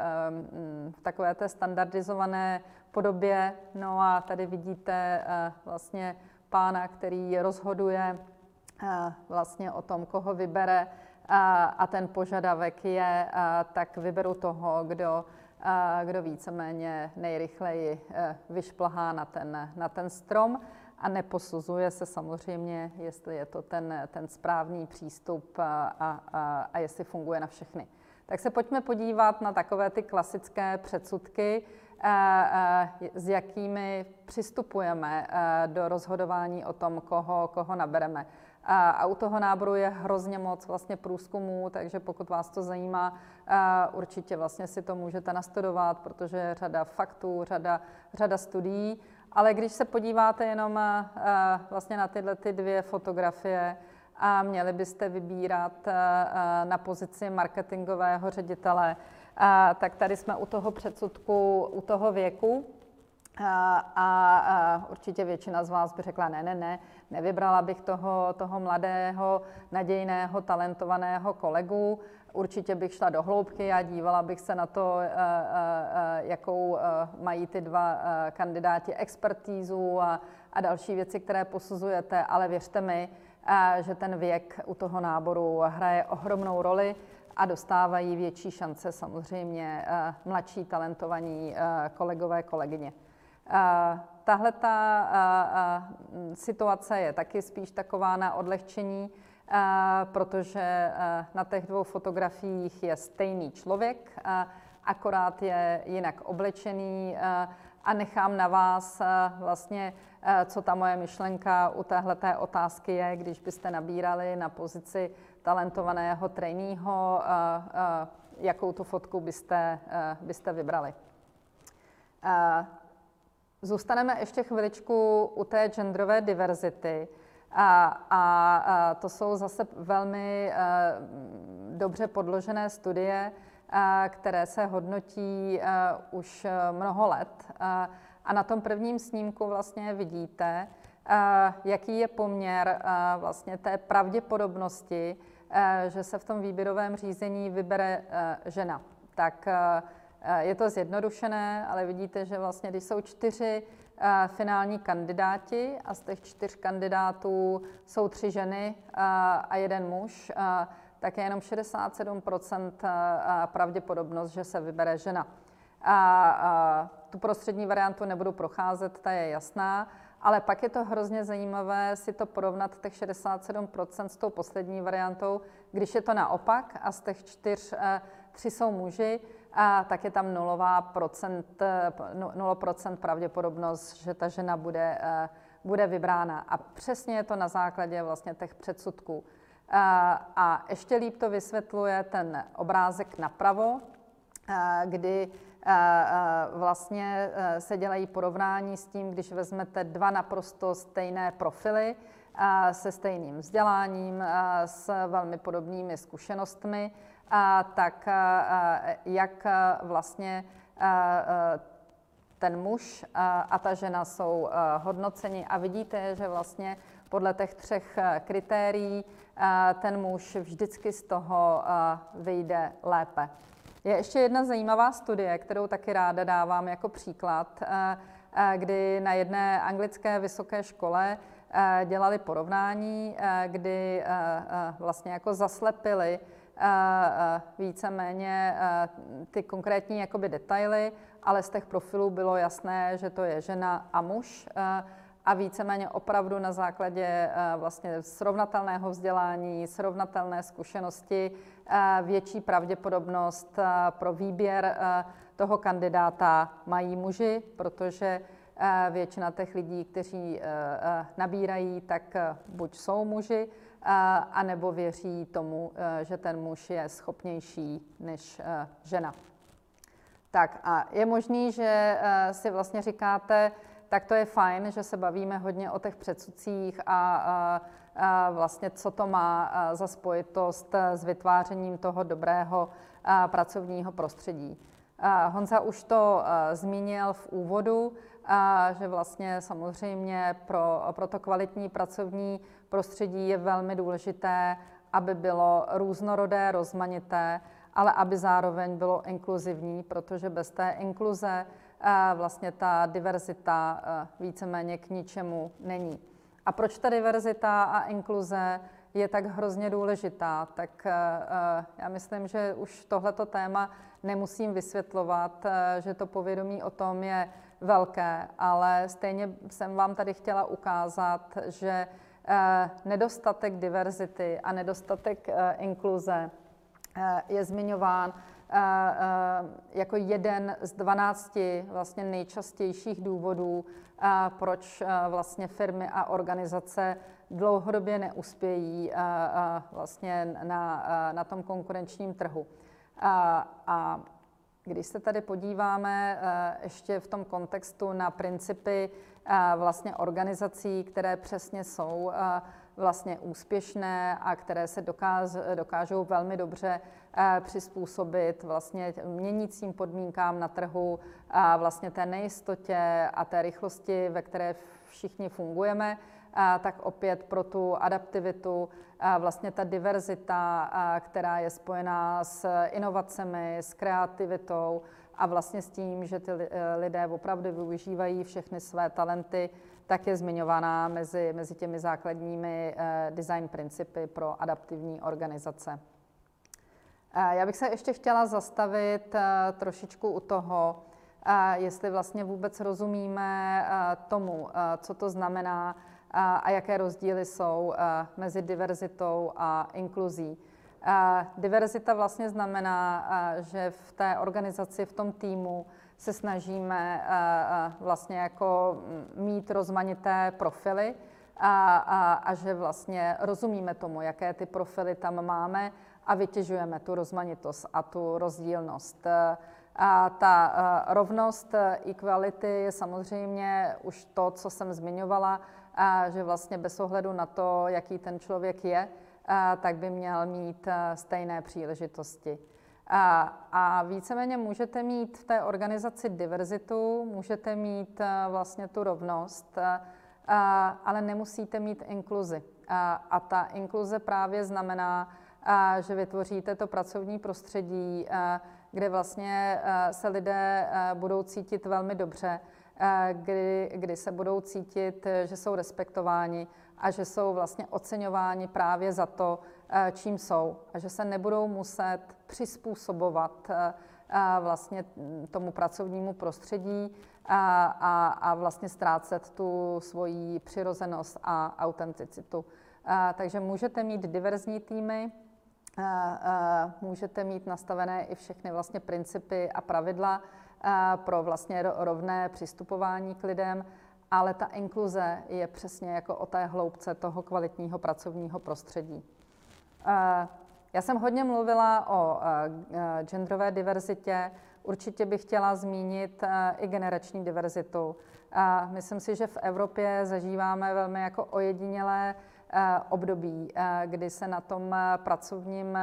v takové té standardizované podobě. No a tady vidíte vlastně pána, který rozhoduje vlastně o tom, koho vybere a ten požadavek je, tak vyberu toho, kdo, kdo víceméně nejrychleji vyšplhá na ten, na ten strom a neposuzuje se samozřejmě, jestli je to ten, ten správný přístup a, a, a jestli funguje na všechny. Tak se pojďme podívat na takové ty klasické předsudky, s jakými přistupujeme do rozhodování o tom, koho, koho nabereme. A u toho náboru je hrozně moc vlastně průzkumů, takže pokud vás to zajímá, určitě vlastně si to můžete nastudovat, protože je řada faktů, řada, řada studií. Ale když se podíváte jenom vlastně na tyhle ty dvě fotografie a měli byste vybírat na pozici marketingového ředitele, tak tady jsme u toho předsudku, u toho věku. A, a určitě většina z vás by řekla, ne, ne, ne, nevybrala bych toho, toho mladého, nadějného, talentovaného kolegu. Určitě bych šla do hloubky a dívala bych se na to, jakou mají ty dva kandidáti expertízu a, a další věci, které posuzujete, ale věřte mi, že ten věk u toho náboru hraje ohromnou roli a dostávají větší šance samozřejmě mladší talentovaní kolegové, kolegyně. Tahle ta situace je taky spíš taková na odlehčení, protože na těch dvou fotografiích je stejný člověk, akorát je jinak oblečený a nechám na vás vlastně, co ta moje myšlenka u téhleté otázky je, když byste nabírali na pozici talentovaného traineeho, jakou tu fotku byste, byste vybrali. Zůstaneme ještě chviličku u té genderové diverzity. A, a, a to jsou zase velmi a, dobře podložené studie, a, které se hodnotí a, už mnoho let. A, a na tom prvním snímku vlastně vidíte, a, jaký je poměr a, vlastně té pravděpodobnosti, a, že se v tom výběrovém řízení vybere a, žena. Tak a, je to zjednodušené, ale vidíte, že vlastně, když jsou čtyři finální kandidáti a z těch čtyř kandidátů jsou tři ženy a jeden muž, tak je jenom šedesát sedm procent pravděpodobnost, že se vybere žena. A tu prostřední variantu nebudu procházet, ta je jasná, ale pak je to hrozně zajímavé si to porovnat těch šedesát sedm procent s tou poslední variantou, když je to naopak a z těch čtyř tři jsou muži, a tak je tam nulová procent, nula procent pravděpodobnost, že ta žena bude, bude vybrána. A přesně je to na základě vlastně těch předsudků. A ještě líp to vysvětluje ten obrázek napravo, kdy vlastně se dělají porovnání s tím, když vezmete dva naprosto stejné profily se stejným vzděláním, s velmi podobnými zkušenostmi, a tak a, jak a, vlastně a, ten muž a, a ta žena jsou a, hodnoceni a vidíte, že vlastně podle těch třech kritérií a, ten muž vždycky z toho a, vyjde lépe. Je ještě jedna zajímavá studie, kterou taky ráda dávám jako příklad, a, a, kdy na jedné anglické vysoké škole a, dělali porovnání, a, kdy a, a, vlastně jako zaslepili víceméně ty konkrétní jakoby detaily, ale z těch profilů bylo jasné, že to je žena a muž a víceméně opravdu na základě vlastně srovnatelného vzdělání, srovnatelné zkušenosti, větší pravděpodobnost pro výběr toho kandidáta mají muži, protože většina těch lidí, kteří nabírají, tak buď jsou muži, a nebo věří tomu, že ten muž je schopnější než žena. Tak a je možný, že si vlastně říkáte, tak to je fajn, že se bavíme hodně o těch předsudcích a, a, a vlastně co to má za spojitost s vytvářením toho dobrého pracovního prostředí. Honza už to zmínil v úvodu, že vlastně samozřejmě pro, pro to kvalitní pracovní prostředí je velmi důležité, aby bylo různorodé, rozmanité, ale aby zároveň bylo inkluzivní, protože bez té inkluze vlastně ta diverzita víceméně k ničemu není. A proč ta diverzita a inkluze je tak hrozně důležitá? Tak já myslím, že už tohleto téma nemusím vysvětlovat, že to povědomí o tom je velké, ale stejně jsem vám tady chtěla ukázat, že nedostatek diverzity a nedostatek inkluze je zmiňován jako jeden z dvanácti vlastně nejčastějších důvodů, proč vlastně firmy a organizace dlouhodobě neuspějí vlastně na, na tom konkurenčním trhu. A, a když se tady podíváme ještě v tom kontextu na principy vlastně organizací, které přesně jsou vlastně úspěšné a které se dokáž, dokážou velmi dobře přizpůsobit vlastně měnícím podmínkám na trhu a vlastně té nejistotě a té rychlosti, ve které všichni fungujeme, tak opět pro tu adaptivitu vlastně ta diverzita, která je spojená s inovacemi, s kreativitou a vlastně s tím, že ty lidé opravdu využívají všechny své talenty, tak je zmiňovaná mezi, mezi těmi základními design principy pro adaptivní organizace. Já bych se ještě chtěla zastavit trošičku u toho, jestli vlastně vůbec rozumíme tomu, co to znamená a jaké rozdíly jsou mezi diverzitou a inkluzí. Diverzita vlastně znamená, že v té organizaci, v tom týmu se snažíme vlastně jako mít rozmanité profily a, a, a že vlastně rozumíme tomu, jaké ty profily tam máme a vytěžujeme tu rozmanitost a tu rozdílnost. A ta rovnost, equality je samozřejmě už to, co jsem zmiňovala, a že vlastně bez ohledu na to, jaký ten člověk je, a, tak by měl mít stejné příležitosti. A, a víceméně můžete mít v té organizaci diverzitu, můžete mít vlastně tu rovnost, a, ale nemusíte mít inkluzi. A, a ta inkluze právě znamená, a, že vytvoříte to pracovní prostředí, a, kde vlastně a, se lidé a, budou cítit velmi dobře, a, kdy, kdy se budou cítit, že jsou respektováni a že jsou vlastně oceňováni právě za to, a, čím jsou. A že se nebudou muset přizpůsobovat a, a vlastně tomu pracovnímu prostředí a, a, a vlastně ztrácet tu svoji přirozenost a autenticitu. A, takže můžete mít diverzní týmy, a, a, můžete mít nastavené i všechny vlastně principy a pravidla a, pro vlastně rovné přistupování k lidem, ale ta inkluze je přesně jako o té hloubce toho kvalitního pracovního prostředí. A, já jsem hodně mluvila o a, genderové diverzitě. Určitě bych chtěla zmínit i generační diverzitu. Myslím si, že v Evropě zažíváme velmi jako ojedinělé období, kdy se na tom pracovním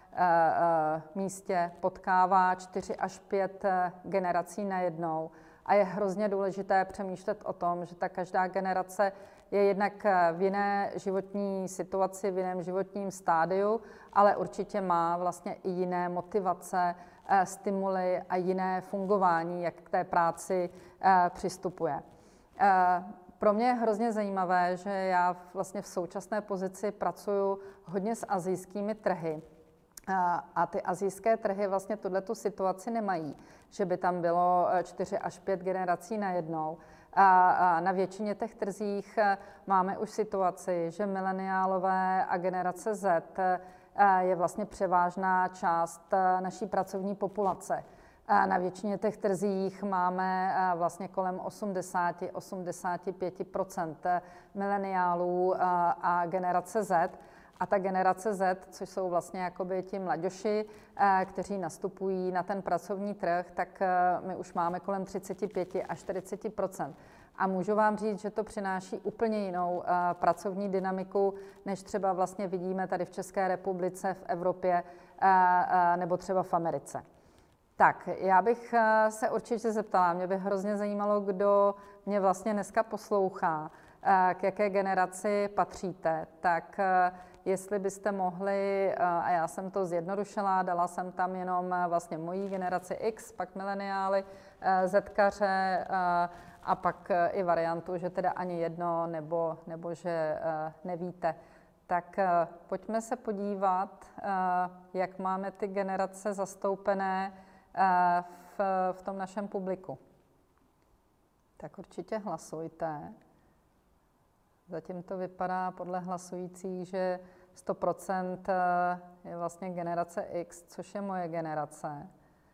místě potkává čtyři až pět generací najednou. A je hrozně důležité přemýšlet o tom, že ta každá generace je jednak v jiné životní situaci, v jiném životním stádiu, ale určitě má vlastně i jiné motivace, stimuly a jiné fungování, jak k té práci přistupuje. Pro mě je hrozně zajímavé, že já vlastně v současné pozici pracuji hodně s asijskými trhy. A ty asijské trhy vlastně tuhletu situaci nemají, že by tam bylo čtyři až pět generací najednou. A na většině těch trzích máme už situaci, že mileniálové a generace Z je vlastně převážná část naší pracovní populace. Na většině těch trzích máme vlastně kolem osmdesát až osmdesát pět procent mileniálů a generace Z. A ta generace Z, což jsou vlastně jakoby ti mladěši, kteří nastupují na ten pracovní trh, tak my už máme kolem třicet pět až čtyřicet procent. A můžu vám říct, že to přináší úplně jinou pracovní dynamiku, než třeba vlastně vidíme tady v České republice, v Evropě nebo třeba v Americe. Tak, já bych se určitě zeptala, mě by hrozně zajímalo, kdo mě vlastně dneska poslouchá, k jaké generaci patříte, tak jestli byste mohli, a já jsem to zjednodušila, dala jsem tam jenom vlastně mojí generaci X, pak mileniály, Zkaře a pak i variantu, že teda ani jedno, nebo, nebo že nevíte. Tak pojďme se podívat, jak máme ty generace zastoupené v, v tom našem publiku. Tak určitě hlasujte. Zatím to vypadá podle hlasujících, že sto procent je vlastně generace X, což je moje generace.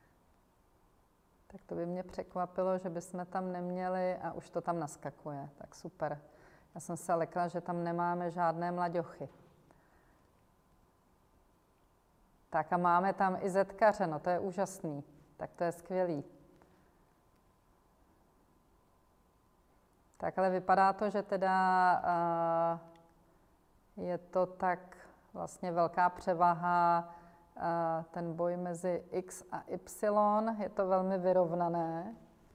Tak to by mě překvapilo, že bychom tam neměli, a už to tam naskakuje, tak super. Já jsem se lekla, že tam nemáme žádné mlaďochy. Tak a máme tam i Zkaře, no to je úžasný, tak to je skvělý. Tak ale vypadá to, že teda uh, je to tak vlastně velká převaha, uh, ten boj mezi X a Y, je to velmi vyrovnané.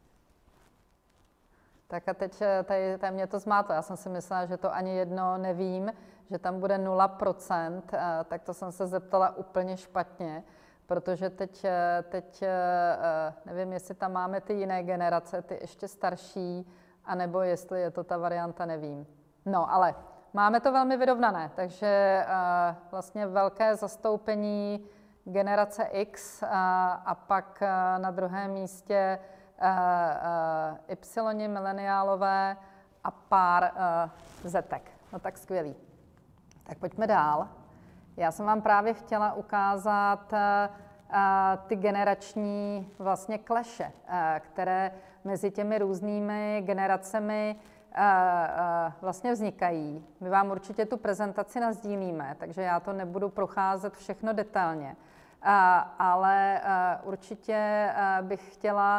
Tak a teď tady, tady mě to zmátlo, já jsem si myslela, že to ani jedno nevím, že tam bude nula procent, uh, tak to jsem se zeptala úplně špatně, protože teď, teď uh, nevím, jestli tam máme ty jiné generace, ty ještě starší, a nebo jestli je to ta varianta, nevím. No, ale máme to velmi vyrovnané, takže uh, vlastně velké zastoupení generace X uh, a pak uh, na druhém místě uh, uh, Y, mileniálové a pár uh, Zetek. No tak skvělý. Tak pojďme dál. Já jsem vám právě chtěla ukázat uh, ty generační vlastně kleše, které mezi těmi různými generacemi vlastně vznikají. My vám určitě tu prezentaci nasdílíme, takže já to nebudu procházet všechno detailně, ale určitě bych chtěla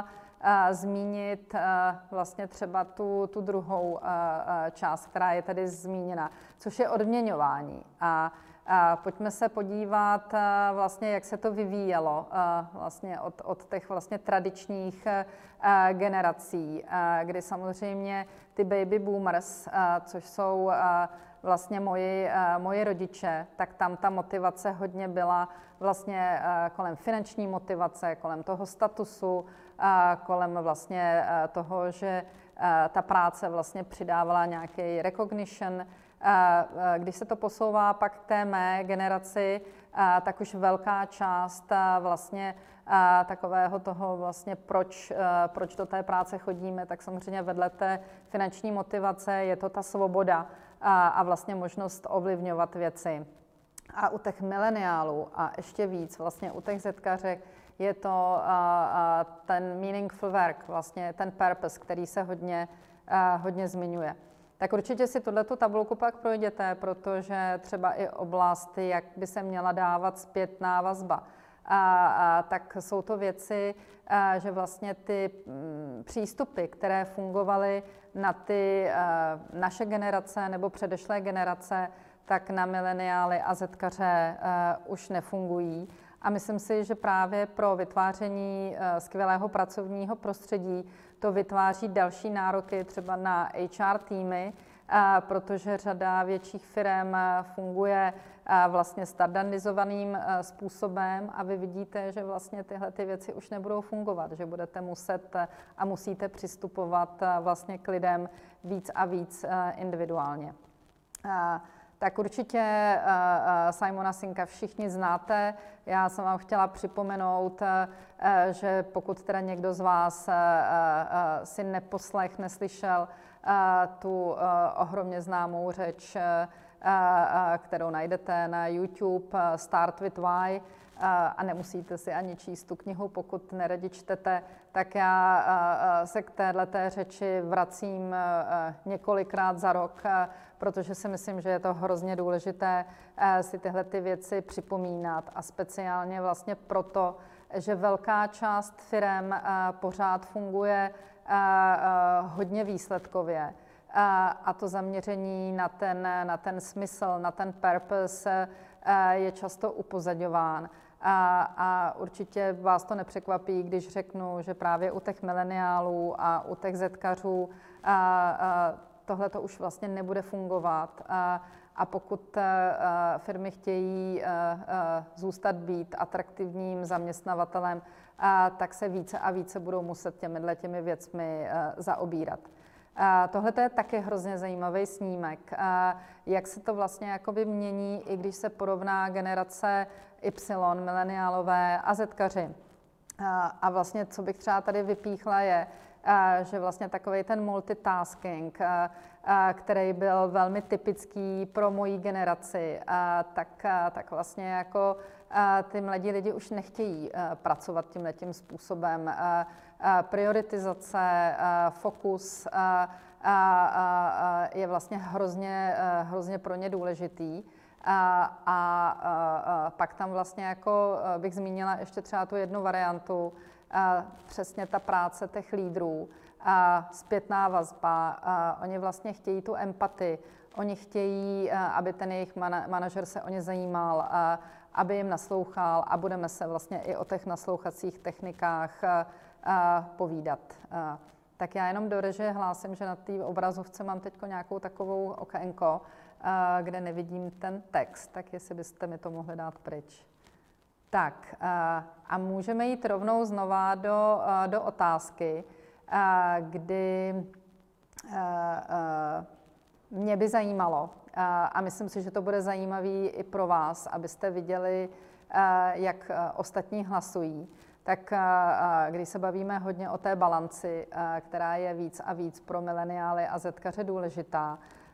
zmínit vlastně třeba tu, tu druhou část, která je tady zmíněna, což je odměňování. A pojďme se podívat vlastně, jak se to vyvíjelo vlastně od, od těch vlastně tradičních generací, kdy samozřejmě ty baby boomers, což jsou vlastně moji, moji rodiče, tak tam ta motivace hodně byla vlastně kolem finanční motivace, kolem toho statusu, kolem vlastně toho, že ta práce vlastně přidávala nějaký recognition. Když se to posouvá pak k té mé generaci, tak už velká část vlastně takového toho vlastně proč, proč do té práce chodíme, tak samozřejmě vedle té finanční motivace je to ta svoboda a vlastně možnost ovlivňovat věci. A u těch mileniálů a ještě víc vlastně u těch zetkařek je to ten meaningful work, vlastně ten purpose, který se hodně, hodně zmiňuje. Tak určitě si tuto tabulku pak projděte, protože třeba i oblast, jak by se měla dávat zpětná vazba, a, a, tak jsou to věci, a, že vlastně ty m, přístupy, které fungovaly na ty a, naše generace nebo předešlé generace, tak na mileniály a zetkaře uh, už nefungují. A myslím si, že právě pro vytváření uh, skvělého pracovního prostředí to vytváří další nároky třeba na H R týmy, uh, protože řada větších firm uh, funguje uh, vlastně standardizovaným uh, způsobem a vy vidíte, že vlastně tyhle ty věci už nebudou fungovat, že budete muset uh, a musíte přistupovat uh, vlastně k lidem víc a víc uh, individuálně. Uh, Tak určitě uh, uh, Simona Sinka všichni znáte. Já jsem vám chtěla připomenout, uh, že pokud teda někdo z vás uh, uh, si neposlech, neslyšel uh, tu uh, ohromně známou řeč, uh, uh, kterou najdete na YouTube, uh, Start with Why, uh, a nemusíte si ani číst tu knihu, pokud neradi čtete, tak já uh, se k téhleté řeči vracím uh, několikrát za rok, uh, protože si myslím, že je to hrozně důležité si tyhle ty věci připomínat a speciálně vlastně proto, že velká část firem pořád funguje hodně výsledkově a to zaměření na ten, na ten smysl, na ten purpose je často upozaďován. A, a určitě vás to nepřekvapí, když řeknu, že právě u těch mileniálů a u těch zetkařů tohle to už vlastně nebude fungovat a, a pokud a, firmy chtějí a, a, zůstat být atraktivním zaměstnavatelem, a, tak se více a více budou muset těmihle těmi věcmi a, zaobírat. Tohle je taky hrozně zajímavý snímek, a, jak se to vlastně jakoby mění, i když se porovná generace Y, mileniálové a zetkaři. A, a vlastně, co bych třeba tady vypíchla, je, že vlastně takový ten multitasking, který byl velmi typický pro moji generaci, tak, tak vlastně jako ty mladí lidi už nechtějí pracovat tímhletím způsobem. Prioritizace, fokus je vlastně hrozně, hrozně pro ně důležitý. A, a, a pak tam vlastně jako bych zmínila ještě třeba tu jednu variantu, a přesně ta práce těch lídrů a zpětná vazba. A oni vlastně chtějí tu empatii, oni chtějí, aby ten jejich manažer se o ně zajímal, a aby jim naslouchal a budeme se vlastně i o těch naslouchacích technikách a, a povídat. A, tak já jenom do režie hlásím, že na té obrazovce mám teď nějakou takovou okénko, a, kde nevidím ten text, tak jestli byste mi to mohli dát pryč. Tak a můžeme jít rovnou znova do, do otázky, kdy mě by zajímalo, a myslím si, že to bude zajímavý i pro vás, abyste viděli, jak ostatní hlasují, tak když se bavíme hodně o té balanci, která je víc a víc pro mileniály a zetkaře důležitá,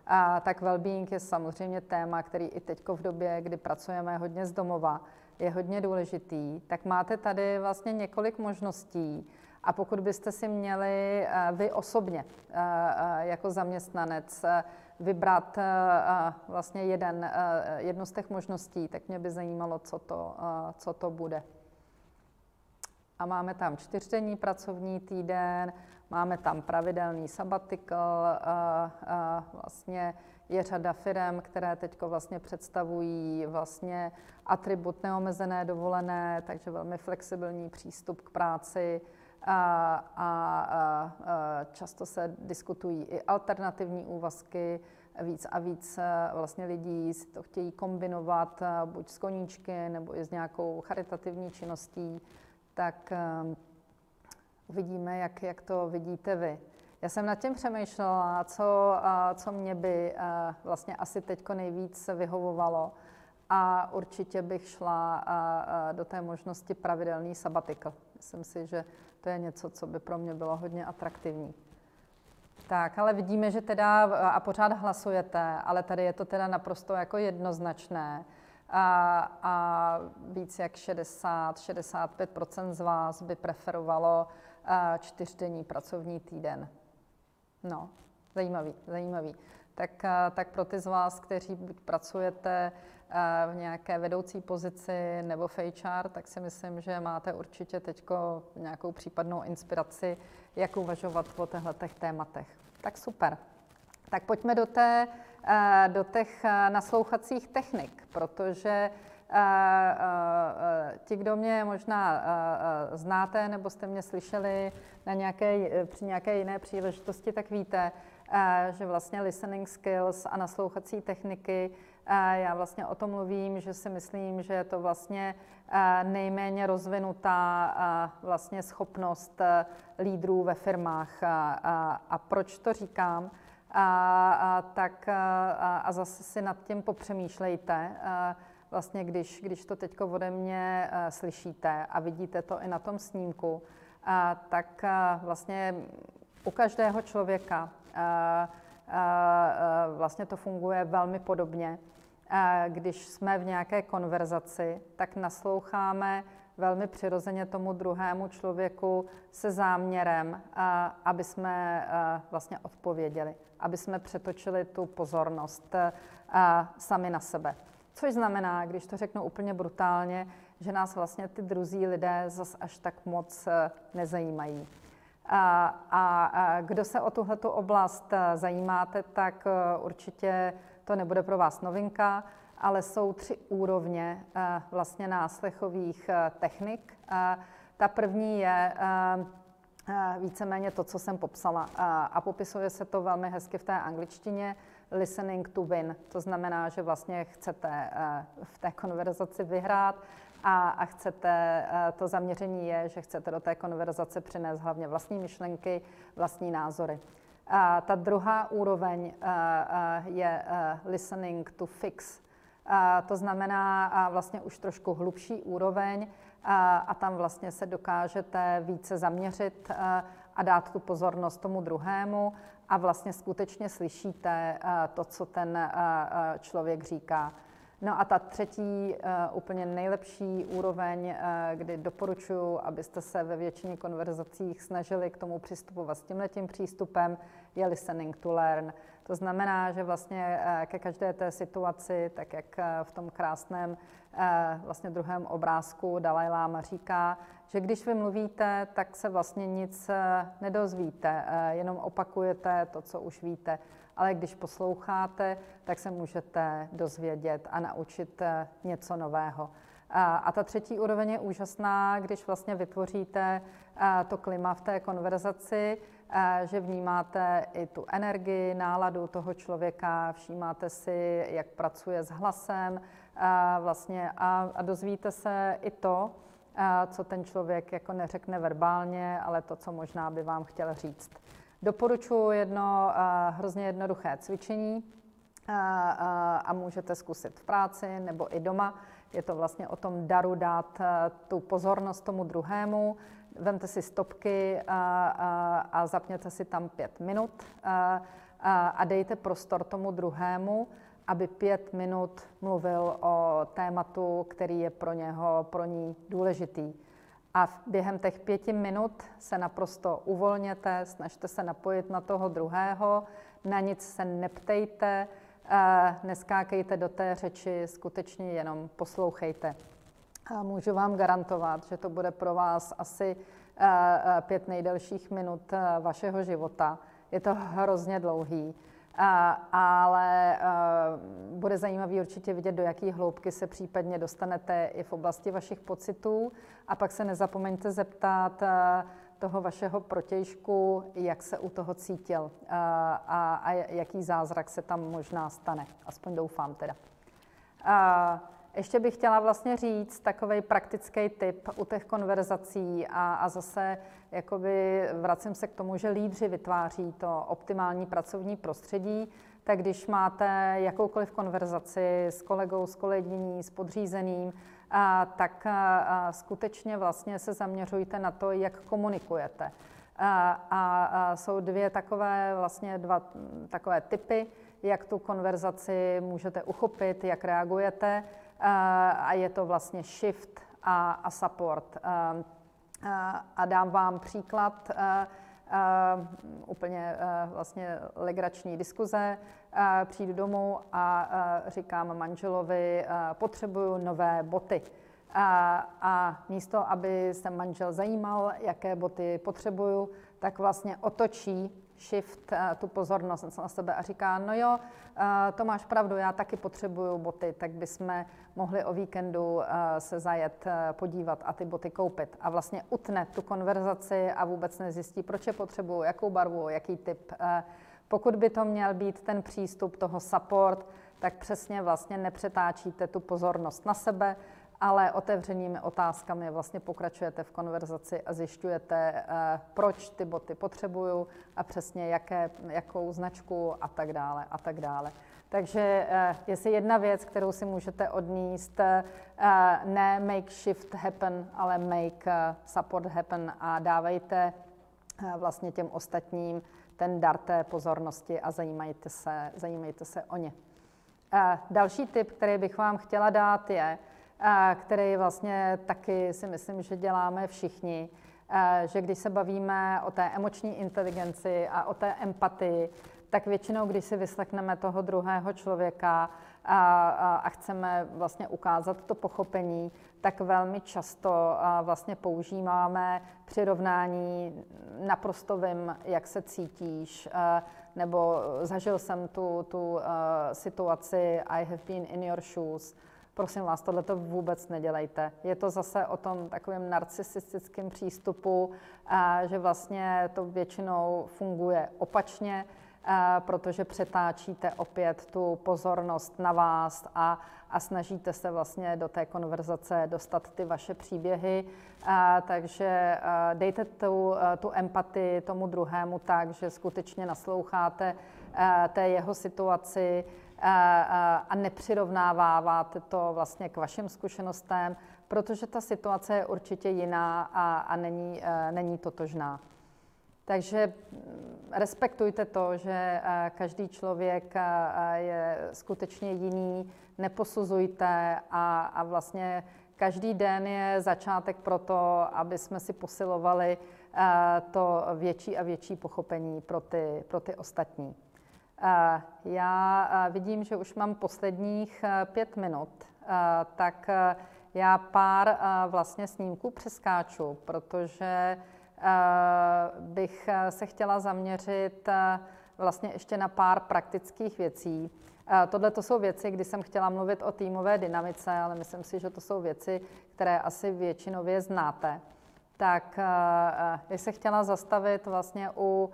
A tak well-being je samozřejmě téma, který i teď v době, kdy pracujeme hodně z domova, je hodně důležitý. Tak máte tady vlastně několik možností. A pokud byste si měli vy osobně jako zaměstnanec vybrat vlastně jeden, jednu z těch možností, tak mě by zajímalo, co to, co to bude. A máme tam čtyřdenní pracovní týden, máme tam pravidelný sabbatical, vlastně je řada firem, které teď vlastně představují vlastně atribut neomezené dovolené, takže velmi flexibilní přístup k práci. A, a, a často se diskutují i alternativní úvazky, víc a víc vlastně lidí si to chtějí kombinovat buď s koníčky nebo i s nějakou charitativní činností, tak um, uvidíme, jak, jak to vidíte vy. Já jsem nad tím přemýšlela, co, co mě by vlastně asi teďko nejvíc vyhovovalo a určitě bych šla do té možnosti pravidelný sabbatical. Myslím si, že to je něco, co by pro mě bylo hodně atraktivní. Tak, ale vidíme, že teda, a pořád hlasujete, ale tady je to teda naprosto jako jednoznačné. A, a víc jak šedesát až šedesát pět procent z vás by preferovalo čtyřdenní pracovní týden. No, zajímavý, zajímavý. Tak, tak pro ty z vás, kteří buď pracujete v nějaké vedoucí pozici nebo v H R, tak si myslím, že máte určitě teďko nějakou případnou inspiraci, jak uvažovat o těchto tématech. Tak super. Tak pojďme do, té, do těch naslouchacích technik, protože ti, kdo mě možná znáte nebo jste mě slyšeli na nějaké, při nějaké jiné příležitosti, tak víte, že vlastně listening skills a naslouchací techniky, já vlastně o tom mluvím, že si myslím, že je to vlastně nejméně rozvinutá vlastně schopnost lídrů ve firmách. A proč to říkám? A, a, tak a, a zase si nad tím popřemýšlejte, a vlastně když, když to teď ode mě a, slyšíte a vidíte to i na tom snímku, a, tak a, vlastně u každého člověka a, a, a, vlastně to funguje velmi podobně. A, když jsme v nějaké konverzaci, tak nasloucháme velmi přirozeně tomu druhému člověku se záměrem, a, aby jsme a, vlastně odpověděli, aby jsme přetočili tu pozornost a, sami na sebe. Což znamená, když to řeknu úplně brutálně, že nás vlastně ty druzí lidé zas až tak moc nezajímají. A, a, a kdo se o tuhletu oblast zajímáte, tak určitě to nebude pro vás novinka, ale jsou tři úrovně vlastně náslechových technik. Ta první je víceméně to, co jsem popsala. A popisuje se to velmi hezky v té angličtině, listening to win. To znamená, že vlastně chcete v té konverzaci vyhrát a, a chcete, to zaměření je, že chcete do té konverzace přinést hlavně vlastní myšlenky, vlastní názory. A ta druhá úroveň je listening to fix. To znamená vlastně už trošku hlubší úroveň a tam vlastně se dokážete více zaměřit a dát tu pozornost tomu druhému a vlastně skutečně slyšíte to, co ten člověk říká. No a ta třetí, úplně nejlepší úroveň, kdy doporučuji, abyste se ve většině konverzacích snažili k tomu přistupovat s tímhletím přístupem, je listening to learn. To znamená, že vlastně ke každé té situaci, tak jak v tom krásném vlastně druhém obrázku Dalaj Lama říká, že když vy mluvíte, tak se vlastně nic nedozvíte, jenom opakujete to, co už víte. Ale když posloucháte, tak se můžete dozvědět a naučit něco nového. A ta třetí úroveň je úžasná, když vlastně vytvoříte to klima v té konverzaci, že vnímáte i tu energii, náladu toho člověka, všímáte si, jak pracuje s hlasem a, vlastně, a, a dozvíte se i to, co ten člověk jako neřekne verbálně, ale to, co možná by vám chtěl říct. Doporučuji jedno hrozně jednoduché cvičení a, a můžete zkusit v práci nebo i doma. Je to vlastně o tom daru dát tu pozornost tomu druhému. Vemte si stopky a, a, a zapněte si tam pět minut a, a dejte prostor tomu druhému, aby pět minut mluvil o tématu, který je pro něho, pro ní důležitý. A během těch pěti minut se naprosto uvolněte, snažte se napojit na toho druhého, na nic se neptejte, neskákejte do té řeči, skutečně jenom poslouchejte. A můžu vám garantovat, že to bude pro vás asi pět nejdelších minut vašeho života. Je to hrozně dlouhý, ale bude zajímavý určitě vidět, do jaké hloubky se případně dostanete i v oblasti vašich pocitů. A pak se nezapomeňte zeptat toho vašeho protějšku, jak se u toho cítil a, a jaký zázrak se tam možná stane. Aspoň doufám teda. A ještě bych chtěla vlastně říct takovej praktický tip u těch konverzací a, a zase jakoby vracím se k tomu, že lídři vytváří to optimální pracovní prostředí, tak když máte jakoukoliv konverzaci s kolegou, s kolegyní, s podřízeným, a, tak a, skutečně vlastně se zaměřujte na to, jak komunikujete. A, a, a jsou dvě takové, vlastně dva takové typy, jak tu konverzaci můžete uchopit, jak reagujete. A je to vlastně shift a, a support. A, a dám vám příklad a, a, úplně a, vlastně legrační diskuze. A přijdu domů a, a říkám manželovi, a potřebuju nové boty. A, a místo, aby se manžel zajímal, jaké boty potřebuju, tak vlastně otočí shift tu pozornost na sebe a říká, no jo, to máš pravdu, já taky potřebuju boty, tak bychom mohli o víkendu se zajet podívat a ty boty koupit. A vlastně utne tu konverzaci a vůbec nezjistí, proč je potřebuju, jakou barvu, jaký typ. Pokud by to měl být ten přístup toho support, tak přesně vlastně nepřetáčíte tu pozornost na sebe, ale otevřenými otázkami vlastně pokračujete v konverzaci a zjišťujete, proč ty boty potřebuju a přesně jaké, jakou značku a tak dále a tak dále. Takže jestli jedna věc, kterou si můžete odníst, ne make shift happen, ale make support happen a dávejte vlastně těm ostatním ten dar té pozornosti a zajímejte se, zajímejte se o ně. Další tip, který bych vám chtěla dát, je, který vlastně taky si myslím, že děláme všichni, že když se bavíme o té emoční inteligenci a o té empatii, tak většinou, když si vyslechneme toho druhého člověka a, a, a chceme vlastně ukázat to pochopení, tak velmi často vlastně používáme přirovnání naprosto vím, jak se cítíš, nebo zažil jsem tu, tu situaci I have been in your shoes. Prosím vás, tohle to vůbec nedělejte. Je to zase o tom takovém narcistickém přístupu, že vlastně to většinou funguje opačně, protože přetáčíte opět tu pozornost na vás a, a snažíte se vlastně do té konverzace dostat ty vaše příběhy. A, takže a dejte tu, tu empatii tomu druhému tak, že skutečně nasloucháte a, té jeho situaci a, a, a nepřirovnáváte to vlastně k vašim zkušenostem, protože ta situace je určitě jiná a, a není, a, není totožná. Takže respektujte to, že každý člověk je skutečně jiný, neposuzujte a, a vlastně každý den je začátek pro to, aby jsme si posilovali to větší a větší pochopení pro ty, pro ty ostatní. Já vidím, že už mám posledních pět minut, tak já pár vlastně snímků přeskáču, protože bych se chtěla zaměřit vlastně ještě na pár praktických věcí. Tohle to jsou věci, kdy jsem chtěla mluvit o týmové dynamice, ale myslím si, že to jsou věci, které asi většinově znáte. Tak bych se chtěla zastavit vlastně u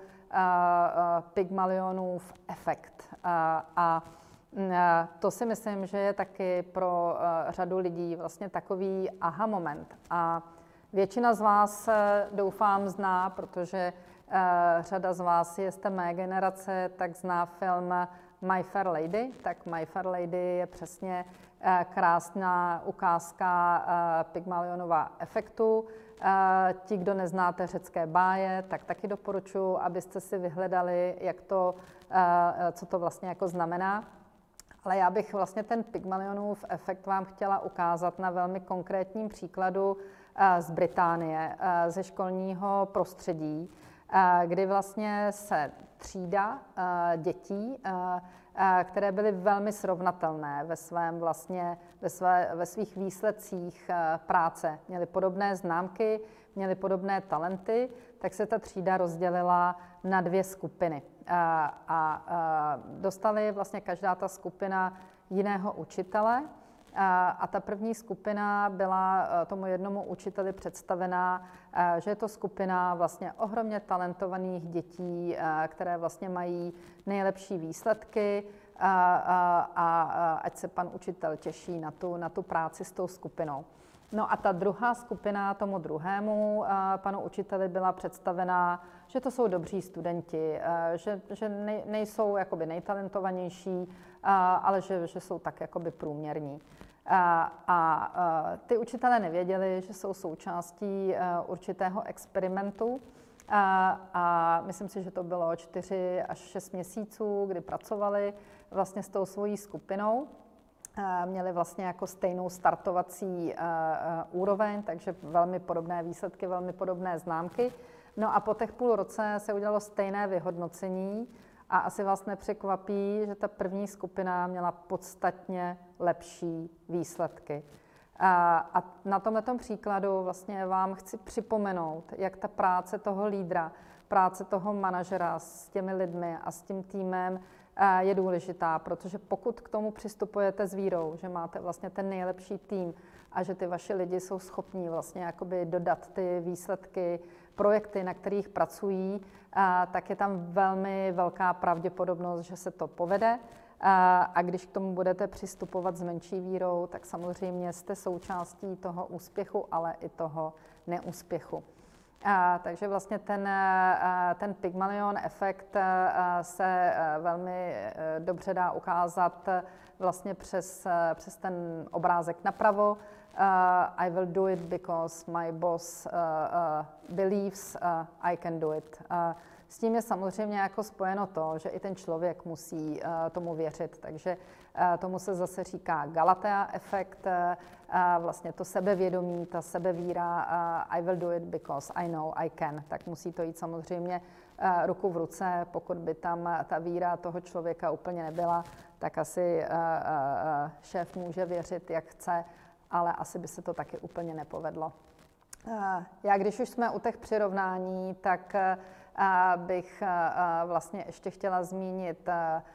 Pygmalionův efekt. A to si myslím, že je taky pro řadu lidí vlastně takový aha moment. A většina z vás, doufám, zná, protože řada z vás jste mé generace, tak zná film My Fair Lady, tak My Fair Lady je přesně uh, krásná ukázka uh, Pygmalionova efektu. Uh, ti, kdo neznáte řecké báje, tak taky doporučuji, abyste si vyhledali, jak to, uh, co to vlastně jako znamená. Ale já bych vlastně ten Pygmalionův efekt vám chtěla ukázat na velmi konkrétním příkladu z Británie, ze školního prostředí, kdy vlastně se třída dětí, které byly velmi srovnatelné ve svém vlastně, ve, své, ve svých výsledcích práce, měly podobné známky, měly podobné talenty, tak se ta třída rozdělila na dvě skupiny. A, a, a dostali vlastně každá ta skupina jiného učitele. A, a ta první skupina byla tomu jednomu učiteli představená, a, že je to skupina vlastně ohromně talentovaných dětí, a, které vlastně mají nejlepší výsledky a, a, a, a ať se pan učitel těší na tu, na tu práci s tou skupinou. No a ta druhá skupina tomu druhému panu učiteli byla představená, že to jsou dobří studenti, že, že nejsou jakoby nejtalentovanější, ale že, že jsou tak jakoby průměrní. A, a ty učitelé nevěděli, že jsou součástí určitého experimentu. A, a myslím si, že to bylo čtyři až šest měsíců, kdy pracovali vlastně s tou svojí skupinou. Měli vlastně jako stejnou startovací uh, úroveň, takže velmi podobné výsledky, velmi podobné známky. No a po těch půl roce se udělalo stejné vyhodnocení a asi vás nepřekvapí, že ta první skupina měla podstatně lepší výsledky. A, a na tomto příkladu vlastně vám chci připomenout, jak ta práce toho lídra, práce toho manažera s těmi lidmi a s tím týmem je důležitá, protože pokud k tomu přistupujete s vírou, že máte vlastně ten nejlepší tým a že ty vaši lidi jsou schopní vlastně jakoby dodat ty výsledky, projekty, na kterých pracují, tak je tam velmi velká pravděpodobnost, že se to povede. A když k tomu budete přistupovat s menší vírou, tak samozřejmě jste součástí toho úspěchu, ale i toho neúspěchu. A, takže vlastně ten, a, ten Pygmalion efekt a, se a, velmi a, dobře dá ukázat vlastně přes, a, přes ten obrázek napravo. Uh, I will do it because my boss uh, uh, believes uh, I can do it. Uh, s tím je samozřejmě jako spojeno to, že i ten člověk musí uh, tomu věřit, takže uh, tomu se zase říká Galatea efekt, uh, uh, vlastně to sebevědomí, ta sebevíra, uh, I will do it because I know I can, tak musí to jít samozřejmě uh, ruku v ruce, pokud by tam ta víra toho člověka úplně nebyla, tak asi uh, uh, šéf může věřit, jak chce, ale asi by se to taky úplně nepovedlo. Já, když už jsme u těch přirovnání, tak bych vlastně ještě chtěla zmínit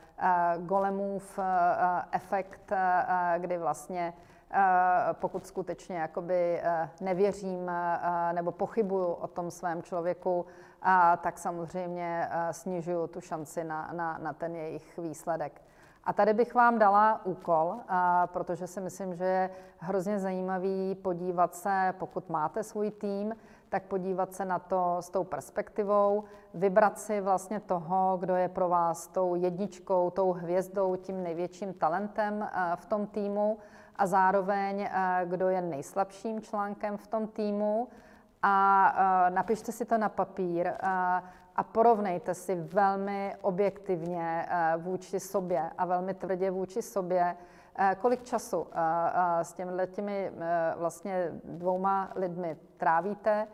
Golemův efekt, kdy vlastně pokud skutečně jakoby nevěřím nebo pochybuju o tom svém člověku, tak samozřejmě snižuju tu šanci na, na, na ten jejich výsledek. A tady bych vám dala úkol, a protože si myslím, že je hrozně zajímavý podívat se, pokud máte svůj tým, tak podívat se na to s tou perspektivou, vybrat si vlastně toho, kdo je pro vás tou jedničkou, tou hvězdou, tím největším talentem v tom týmu a zároveň kdo je nejslabším článkem v tom týmu a napište si to na papír a porovnejte si velmi objektivně vůči sobě a velmi tvrdě vůči sobě, kolik času s těmi vlastně dvouma lidmi trávíte,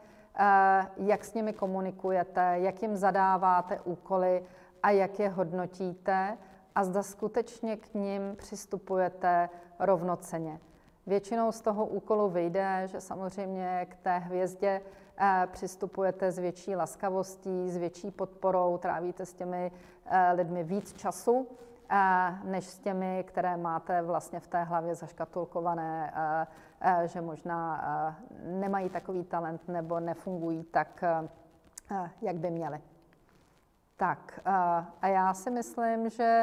jak s nimi komunikujete, jak jim zadáváte úkoly a jak je hodnotíte a zda skutečně k nim přistupujete rovnocenně. Většinou z toho úkolu vyjde, že samozřejmě k té hvězdě přistupujete s větší laskavostí, s větší podporou, trávíte s těmi lidmi víc času, než s těmi, které máte vlastně v té hlavě zaškatulkované, že možná nemají takový talent nebo nefungují tak, jak by měli. Tak a já si myslím, že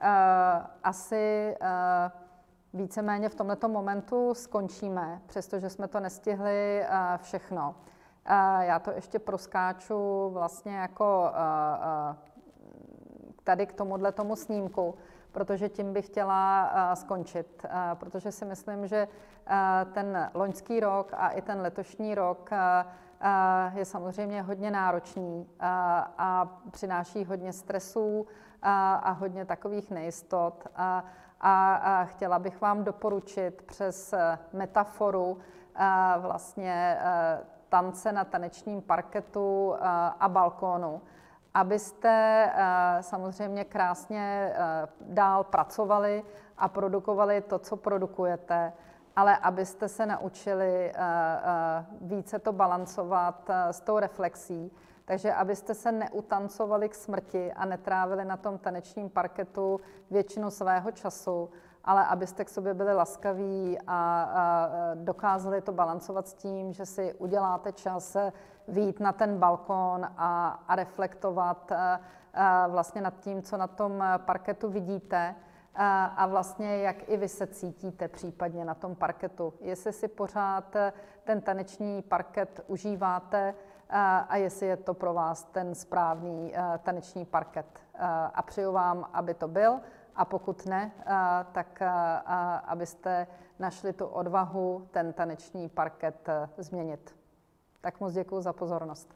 asi víceméně v tomto momentu skončíme, přestože jsme to nestihli všechno. Já to ještě proskáču vlastně jako tady k tomuhle tomu snímku. protože tím bych chtěla uh, skončit, uh, protože si myslím, že uh, ten loňský rok a i ten letošní rok uh, uh, je samozřejmě hodně náročný uh, a přináší hodně stresů uh, a hodně takových nejistot. Uh, a, a chtěla bych vám doporučit přes uh, metaforu uh, vlastně uh, tance na tanečním parketu uh, a balkónu, abyste uh, samozřejmě krásně uh, dál pracovali a produkovali to, co produkujete, ale abyste se naučili uh, uh, více to balancovat uh, s tou reflexí, takže abyste se neutancovali k smrti a netrávili na tom tanečním parketu většinu svého času, ale abyste k sobě byli laskaví a, a dokázali to balancovat s tím, že si uděláte čas vyjít na ten balkón a, a reflektovat a, a vlastně nad tím, co na tom parketu vidíte a, a vlastně jak i vy se cítíte případně na tom parketu. Jestli si pořád ten taneční parket užíváte a, a jestli je to pro vás ten správný a, taneční parket. A, a přeju vám, aby to byl. A pokud ne, tak abyste našli tu odvahu ten taneční parket změnit. Tak moc děkuji za pozornost.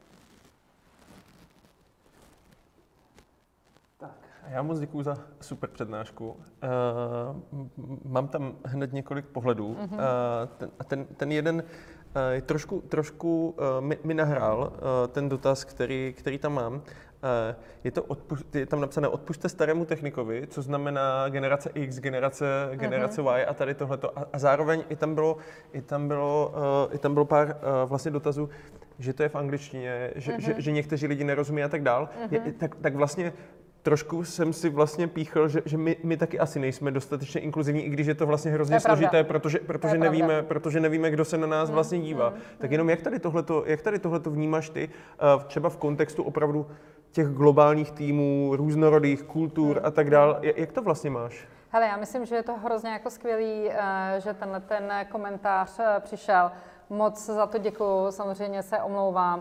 Tak, já moc děkuji za super přednášku. Uh, mám tam hned několik pohledů. Mm-hmm. Uh, ten, a ten, ten jeden uh, trošku, trošku uh, mi, mi nahrál uh, ten dotaz, který, který tam mám. Je, to odpu- je tam napsané odpušťte starému technikovi, co znamená generace X, generace, generace uh-huh. Y a tady tohleto. A, a zároveň i tam bylo, i tam bylo, uh, i tam bylo pár uh, vlastně dotazů, že to je v angličtině, že, uh-huh. že, že někteří lidi nerozumí a tak dál. Uh-huh. Je, tak, tak vlastně trošku jsem si vlastně píchl, že, že my, my taky asi nejsme dostatečně inkluzivní, i když je to vlastně hrozně to složité, protože, protože, nevíme, protože nevíme, kdo se na nás vlastně dívá. Mm, tak jenom jak tady tohleto, jak tady tohleto vnímáš ty, uh, třeba v kontextu opravdu těch globálních týmů, různorodých kultur a tak dál. Jak to vlastně máš? Hele, já myslím, že je to hrozně jako skvělý, že tenhle ten komentář přišel. Moc za to děkuju, samozřejmě se omlouvám,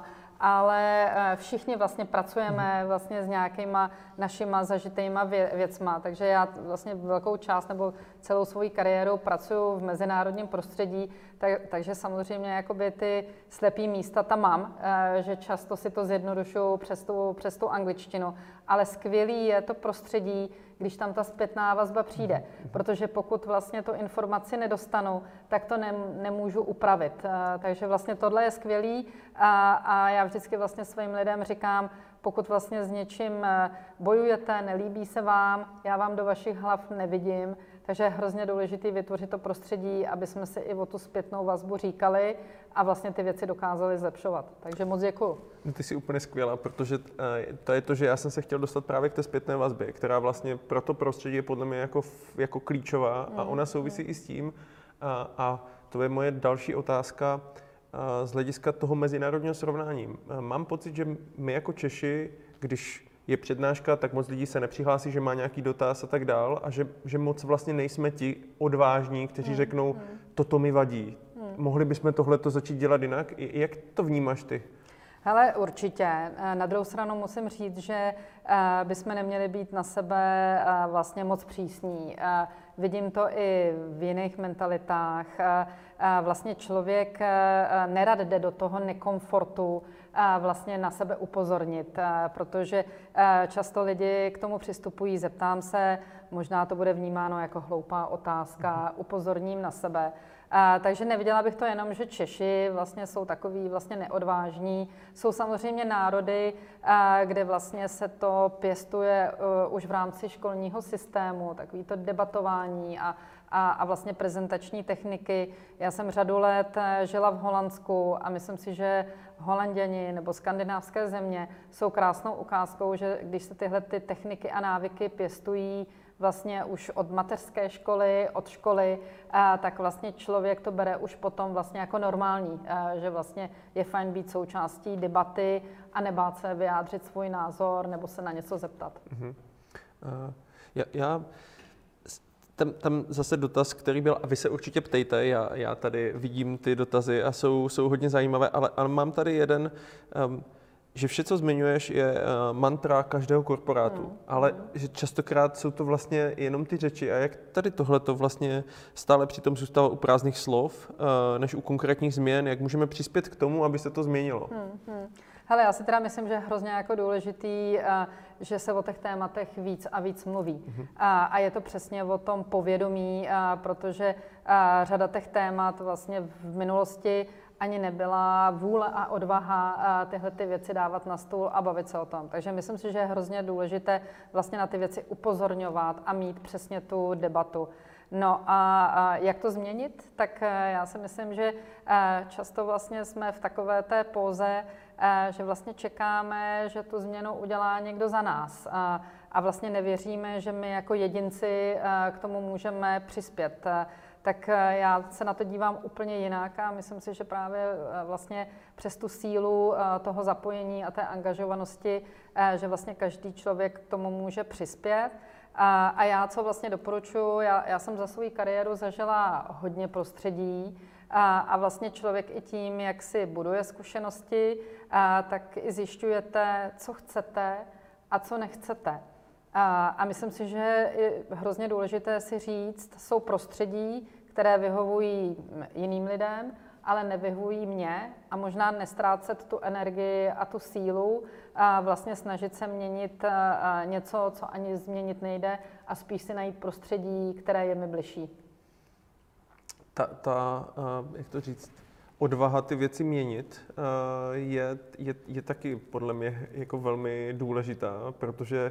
ale všichni vlastně pracujeme vlastně s nějakýma našima zažitýma věcma, takže já vlastně velkou část nebo celou svou kariéru pracuji v mezinárodním prostředí, tak, takže samozřejmě jakoby ty slepý místa tam mám, že často si to zjednodušuju přes tu, přes tu angličtinu, ale skvělý je to prostředí, když tam ta zpětná vazba přijde, protože pokud vlastně tu informaci nedostanu, tak to nem, nemůžu upravit. Takže vlastně tohle je skvělý a, a já vždycky vlastně svým lidem říkám, pokud vlastně s něčím bojujete, nelíbí se vám, já vám do vašich hlav nevidím, takže je hrozně důležité vytvořit to prostředí, aby jsme si i o tu zpětnou vazbu říkali a vlastně ty věci dokázali zlepšovat. Takže moc děkuju. No, ty jsi úplně skvělá, protože to je to, že já jsem se chtěl dostat právě k té zpětné vazbě, která vlastně pro to prostředí je podle mě jako, jako klíčová a ona souvisí mm. i s tím. A, a to je moje další otázka z hlediska toho mezinárodního srovnání. Mám pocit, že my jako Češi, když je přednáška, tak moc lidí se nepřihlásí, že má nějaký dotaz a tak dál a že, že moc vlastně nejsme ti odvážní, kteří hmm. řeknou, hmm. toto mi vadí. Hmm. Mohli bychom tohleto začít dělat jinak? Jak to vnímáš ty? Hele, určitě. Na druhou stranu musím říct, že bychom neměli být na sebe vlastně moc přísní. Vidím to i v jiných mentalitách. Vlastně člověk nerad jde do toho nekomfortu vlastně na sebe upozornit, protože často lidi k tomu přistupují, zeptám se, možná to bude vnímáno jako hloupá otázka, upozorním na sebe. A, takže neviděla bych to jenom, že Češi vlastně jsou takový vlastně neodvážní. Jsou samozřejmě národy, a, kde vlastně se to pěstuje uh, už v rámci školního systému, takový to debatování a, a, a vlastně prezentační techniky. Já jsem řadu let žila v Holandsku a myslím si, že Holanděni nebo skandinávské země jsou krásnou ukázkou, že když se tyhle ty techniky a návyky pěstují vlastně už od mateřské školy, od školy, a tak vlastně člověk to bere už potom vlastně jako normální, a že vlastně je fajn být součástí debaty a nebát se vyjádřit svůj názor nebo se na něco zeptat. Uh-huh. Uh, já, já tam, tam zase dotaz, který byl, a vy se určitě ptejte, já, já tady vidím ty dotazy a jsou, jsou hodně zajímavé, ale, ale mám tady jeden, um, že vše, co zmiňuješ, je uh, mantra každého korporátu, mm. ale mm. že častokrát jsou to vlastně jenom ty řeči. A jak tady tohle to vlastně stále přitom zůstává u prázdných slov, uh, než u konkrétních změn, jak můžeme přispět k tomu, aby se to změnilo? Mm, mm. Hele, já si teda myslím, že je hrozně jako důležitý, že se o těch tématech víc a víc mluví. Mm-hmm. A, a je to přesně o tom povědomí, protože řada těch témat vlastně v minulosti ani nebyla vůle a odvaha tyhle ty věci dávat na stůl a bavit se o tom. Takže myslím si, že je hrozně důležité vlastně na ty věci upozorňovat a mít přesně tu debatu. No a, a jak to změnit? Tak já si myslím, že často vlastně jsme v takové té póze, že vlastně čekáme, že tu změnu udělá někdo za nás a, a vlastně nevěříme, že my jako jedinci k tomu můžeme přispět. Tak já se na to dívám úplně jinak a myslím si, že právě vlastně přes tu sílu toho zapojení a té angažovanosti, že vlastně každý člověk k tomu může přispět. A, a já, co vlastně doporučuji, já, já jsem za svou kariéru zažila hodně prostředí a, a vlastně člověk i tím, jak si buduje zkušenosti, a, tak i zjišťujete, co chcete a co nechcete. A, a myslím si, že je hrozně důležité si říct, jsou prostředí, které vyhovují jiným lidem, ale nevyhovují mě a možná nestrácet tu energii a tu sílu a vlastně snažit se měnit něco, co ani změnit nejde a spíš si najít prostředí, které je mi bližší. Ta, ta jak to říct, odvaha ty věci měnit je, je, je taky podle mě jako velmi důležitá, protože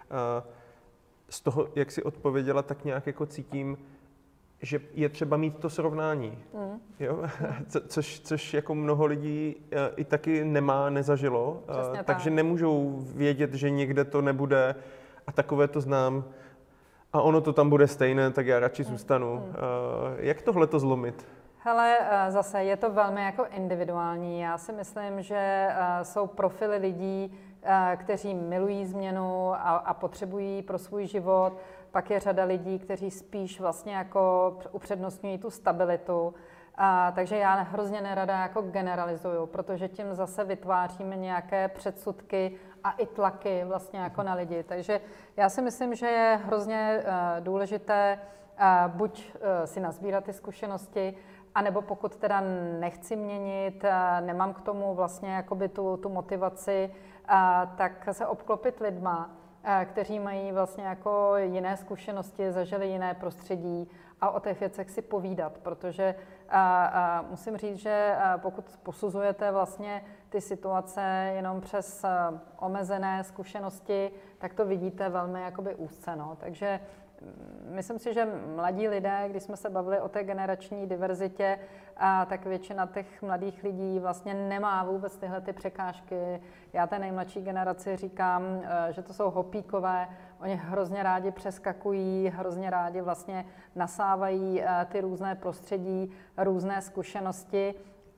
z toho, jak jsi odpověděla, tak nějak jako cítím, že je třeba mít to srovnání, mm. jo? Co, což, což jako mnoho lidí uh, i taky nemá, nezažilo, uh, takže tak. Nemůžou vědět, že někde to nebude a takové to znám a ono to tam bude stejné, tak já radši mm. zůstanu. Mm. Uh, jak tohle to zlomit? Hele, zase je to velmi jako individuální. Já si myslím, že jsou profily lidí, kteří milují změnu a, a potřebují pro svůj život. Pak je řada lidí, kteří spíš vlastně jako upřednostňují tu stabilitu. A, takže já hrozně nerada jako generalizuju, protože tím zase vytváříme nějaké předsudky a i tlaky vlastně jako na lidi. Takže já si myslím, že je hrozně uh, důležité uh, buď uh, si nazbírat ty zkušenosti, anebo pokud teda nechci měnit, uh, nemám k tomu vlastně jakoby tu, tu motivaci, uh, tak se obklopit lidma, kteří mají vlastně jako jiné zkušenosti, zažili jiné prostředí a o těch věcech si povídat, protože a, a musím říct, že pokud posuzujete vlastně ty situace jenom přes omezené zkušenosti, tak to vidíte velmi jakoby úzce, no. Takže myslím si, že mladí lidé, když jsme se bavili o té generační diverzitě, a tak většina těch mladých lidí vlastně nemá vůbec tyhle ty překážky. Já té nejmladší generaci říkám, že to jsou hopíkové, oni hrozně rádi přeskakují, hrozně rádi vlastně nasávají ty různé prostředí, různé zkušenosti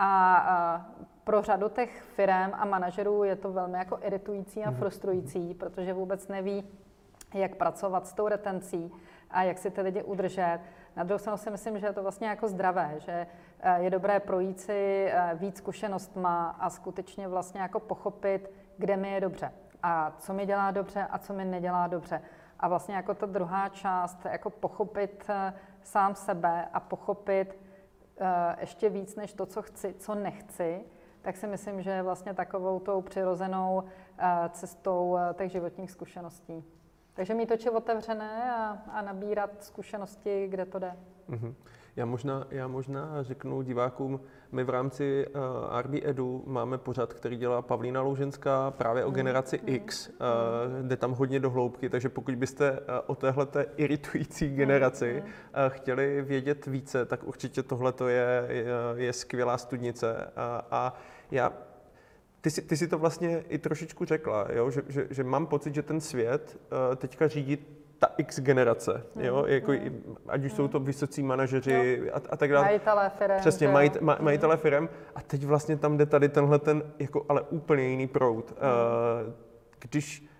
a pro řadu těch firem a manažerů je to velmi jako iritující a frustrující, protože vůbec neví, jak pracovat s tou retencí a jak si ty lidi udržet. Na druhou stranu si myslím, že je to vlastně jako zdravé, že je dobré projít si víc zkušenostma a skutečně vlastně jako pochopit, kde mi je dobře a co mi dělá dobře a co mi nedělá dobře. A vlastně jako ta druhá část, jako pochopit sám sebe a pochopit ještě víc než to, co chci, co nechci, tak si myslím, že je vlastně takovou tou přirozenou cestou těch životních zkušeností. Takže mít oči otevřené a, a nabírat zkušenosti, kde to jde. Mm-hmm. Já možná, já možná řeknu divákům, my v rámci uh, R B Edu máme pořad, který dělá Pavlína Louženská právě o generaci mm. X. Uh, jde tam hodně do hloubky, takže pokud byste uh, o téhleté iritující generaci mm. uh, chtěli vědět více, tak určitě tohleto je, je, je skvělá studnice. Uh, a já Ty jsi, ty jsi to vlastně i trošičku řekla, jo? Že, že, že mám pocit, že ten svět uh, teďka řídí ta X generace, jo? Mm, jako, mm, ať už mm. jsou to vysocí manažeři a, a tak dále. Majitelé firem. Přesně, majit, ma, majitelé firem. A teď vlastně tam jde tady tenhle ten, jako, ale úplně jiný proud. Mm. Uh, když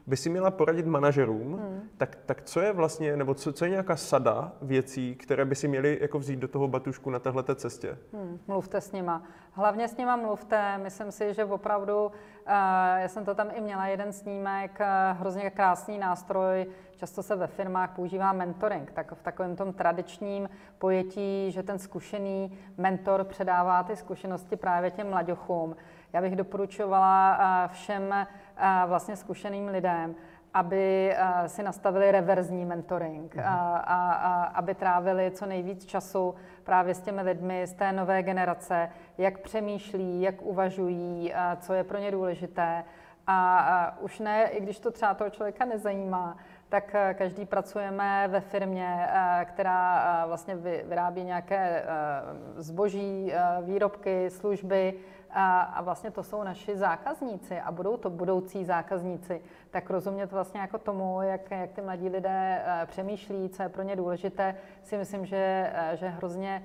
by si měla poradit manažerům, Hmm. tak, tak co je vlastně, nebo co, co je nějaká sada věcí, které by si měli jako vzít do toho batušku na téhleté cestě? Hmm, mluvte s nima. Hlavně s nima mluvte. Myslím si, že opravdu, uh, já jsem to tam i měla, jeden snímek, uh, hrozně krásný nástroj, často se ve firmách používá mentoring, tak v takovém tom tradičním pojetí, že ten zkušený mentor předává ty zkušenosti právě těm mlaďochům. Já bych doporučovala uh, všem uh, vlastně zkušeným lidem, aby uh, si nastavili reverzní mentoring, mm. a, a, a aby trávili co nejvíc času právě s těmi lidmi z té nové generace, jak přemýšlí, jak uvažují, a co je pro ně důležité. A, a už ne, i když to třeba toho člověka nezajímá, tak každý pracujeme ve firmě, která vlastně vyrábí nějaké zboží, výrobky, služby, a, a vlastně to jsou naši zákazníci a budou to budoucí zákazníci. Tak rozumět vlastně jako tomu, jak, jak ty mladí lidé přemýšlí, co je pro ně důležité, si myslím, že, že hrozně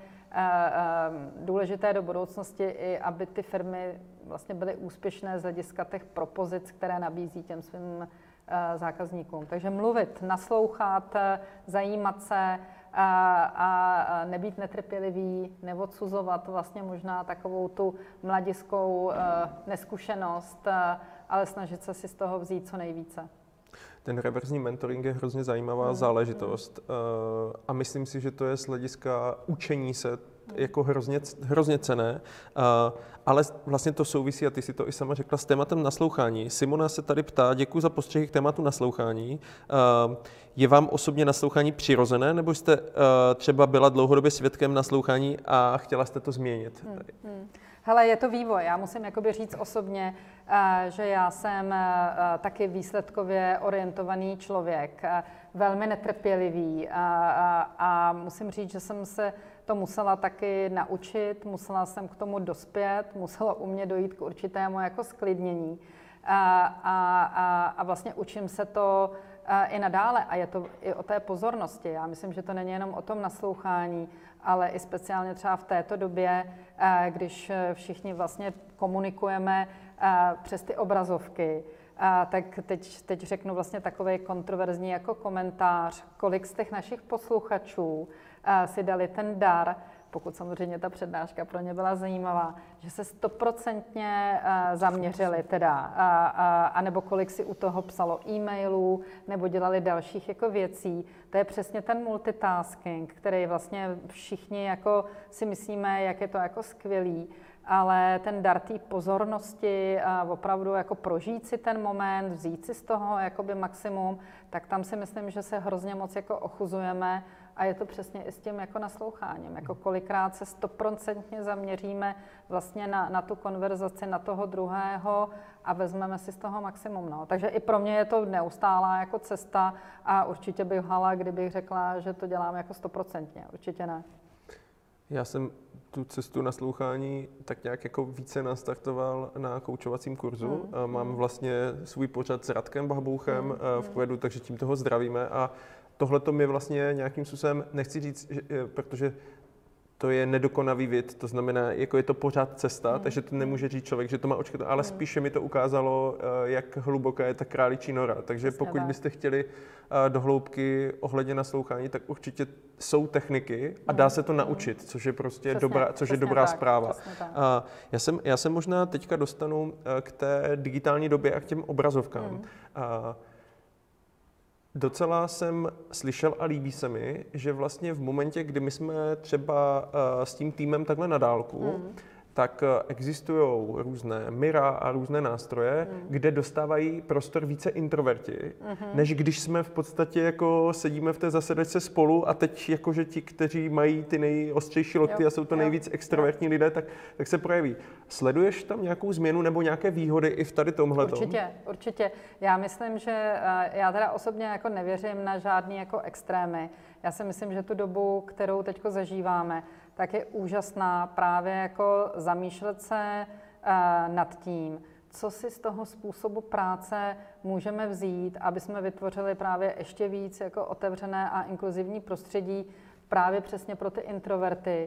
důležité do budoucnosti, i aby ty firmy vlastně byly úspěšné z hlediska těch propozic, které nabízí těm svým zákazníkům. Takže mluvit, naslouchat, zajímat se a, a nebýt netrpělivý, neodsuzovat vlastně možná takovou tu mladiskou neskušenost, ale snažit se si z toho vzít co nejvíce. Ten reverzní mentoring je hrozně zajímavá hmm. záležitost hmm. a myslím si, že to je z hlediska učení se jako hrozně, hrozně cenné, ale vlastně to souvisí, a ty si to i sama řekla, s tématem naslouchání. Simona se tady ptá, děkuji za postřehy k tématu naslouchání. Je vám osobně naslouchání přirozené, nebo jste třeba byla dlouhodobě svědkem naslouchání a chtěla jste to změnit? Hmm, hmm. Hele, je to vývoj. Já musím jakoby říct osobně, že já jsem taky výsledkově orientovaný člověk, velmi netrpělivý a, a, a musím říct, že jsem se to musela taky naučit, musela jsem k tomu dospět, musela u mě dojít k určitému jako sklidnění a, a, a, a vlastně učím se to i nadále a je to i o té pozornosti. Já myslím, že to není jenom o tom naslouchání, ale i speciálně třeba v této době, když všichni vlastně komunikujeme přes ty obrazovky, tak teď, teď řeknu vlastně takový kontroverzní jako komentář, kolik z těch našich posluchačů si dali ten dar, pokud samozřejmě ta přednáška pro ně byla zajímavá, že se stoprocentně zaměřili teda, a, a, a nebo kolik si u toho psalo e-mailů, nebo dělali dalších jako věcí. To je přesně ten multitasking, který vlastně všichni jako si myslíme, jak je to jako skvělý, ale ten dar té pozornosti a opravdu jako prožít si ten moment, vzít si z toho jakoby maximum, tak tam si myslím, že se hrozně moc jako ochuzujeme a je to přesně i s tím jako nasloucháním, jako kolikrát se stoprocentně zaměříme vlastně na, na tu konverzaci, na toho druhého a vezmeme si z toho maximum. No. Takže i pro mě je to neustálá jako cesta a určitě bych lhala, kdybych řekla, že to dělám jako stoprocentně, určitě ne. Já jsem tu cestu naslouchání tak nějak jako více nastartoval na koučovacím kurzu. Hmm. Mám vlastně svůj pořad s Radkem Bahbouchem hmm. v Kvedu, takže tím toho zdravíme a tohle to mi vlastně nějakým způsobem, nechci říct, že, protože to je nedokonavý vid, to znamená, jako je to pořád cesta, mm. takže to nemůže říct člověk, že to má očkat, ale mm. spíše mi to ukázalo, jak hluboká je ta králičí nora. Takže Přesně pokud tak. byste chtěli do hloubky ohledně naslouchání, tak určitě jsou techniky a dá se to naučit, což je prostě Přesně, dobrá, což je dobrá tak, zpráva. A já, jsem, já jsem možná teďka dostanu k té digitální době a k těm obrazovkám. Mm. A docela jsem slyšel a líbí se mi, že vlastně v momentě, kdy my jsme třeba s tím týmem takhle na dálku, mm. tak existují různé Mira a různé nástroje, mm. kde dostávají prostor více introverti, mm-hmm. než když jsme v podstatě jako sedíme v té zasedačce spolu a teď jakože ti, kteří mají ty nejostřejší lokty jo, a jsou to jo, nejvíc extrovertní jo. lidé, tak, tak se projeví. Sleduješ tam nějakou změnu nebo nějaké výhody i v tady tomhletom? Určitě, určitě. Já myslím, že já teda osobně jako nevěřím na žádný jako extrémy. Já si myslím, že tu dobu, kterou teď zažíváme, tak je úžasná právě jako zamýšlet se uh, nad tím, co si z toho způsobu práce můžeme vzít, aby jsme vytvořili právě ještě víc jako otevřené a inkluzivní prostředí. právě přesně pro ty introverty,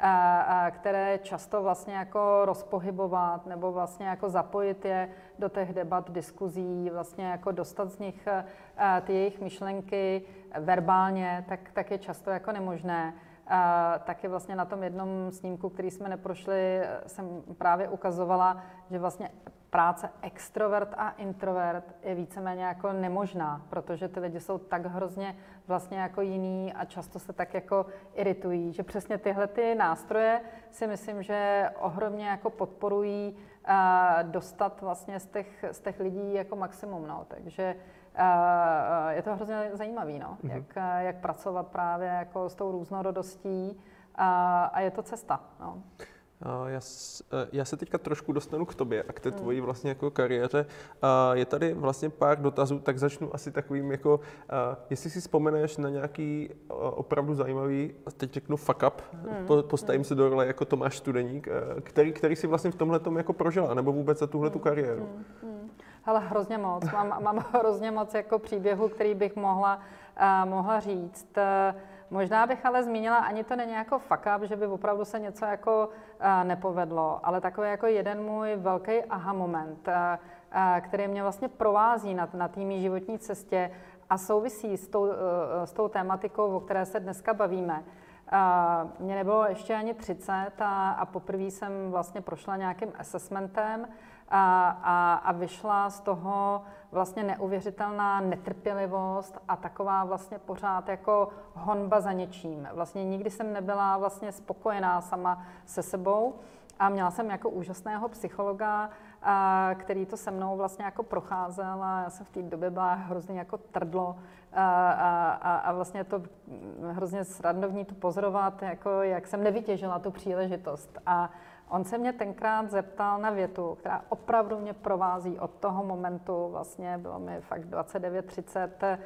které často vlastně jako rozpohybovat nebo vlastně jako zapojit je do těch debat, diskuzí, vlastně jako dostat z nich ty jejich myšlenky verbálně, tak, tak je často jako nemožné. Uh, taky vlastně na tom jednom snímku, který jsme neprošli, jsem právě ukazovala, že vlastně práce extrovert a introvert je víceméně jako nemožná, protože ty lidi jsou tak hrozně vlastně jako jiný a často se tak jako iritují, že přesně tyhle ty nástroje si myslím, že ohromně jako podporují uh, dostat vlastně z těch, z těch lidí jako maximum, no. Takže Uh, je to hrozně zajímavý, no, mm-hmm. jak, jak pracovat právě jako s tou různorodostí uh, a je to cesta. No. Já, já se teďka trošku dostanu k tobě a k té tvojí vlastně jako kariéře. Je tady vlastně pár dotazů, tak začnu asi takovým jako, jestli si vzpomeneš na nějaký opravdu zajímavý, teď řeknu fuck up, hmm. postavím hmm. se do role jako Tomáš Studeník, který, který si vlastně v tomhletom jako prožila, nebo vůbec za tuhletu kariéru. Hmm. Hmm. Hele, hrozně moc. Mám, mám hrozně moc jako příběhů, který bych mohla, uh, mohla říct. Uh, možná bych ale zmínila, ani to není jako fuck up, že by opravdu se něco jako uh, nepovedlo, ale takový jako jeden můj velký aha moment, uh, uh, který mě vlastně provází na, na té mý životní cestě a souvisí s tou, uh, s tou tématikou, o které se dneska bavíme. Uh, mně nebylo ještě ani třicet a, a poprvé jsem vlastně prošla nějakým assessmentem a, a, a vyšla z toho vlastně neuvěřitelná netrpělivost a taková vlastně pořád jako honba za něčím. Vlastně nikdy jsem nebyla vlastně spokojená sama se sebou a měla jsem jako úžasného psychologa, a, který to se mnou vlastně jako procházel a já jsem v té době byla hrozně jako trdlo a, a, a vlastně to hrozně srandovní to pozorovat, jako jak jsem nevytěžila tu příležitost. A on se mě tenkrát zeptal na větu, která opravdu mě provází od toho momentu, vlastně bylo mi fakt dvacet devět třicet a,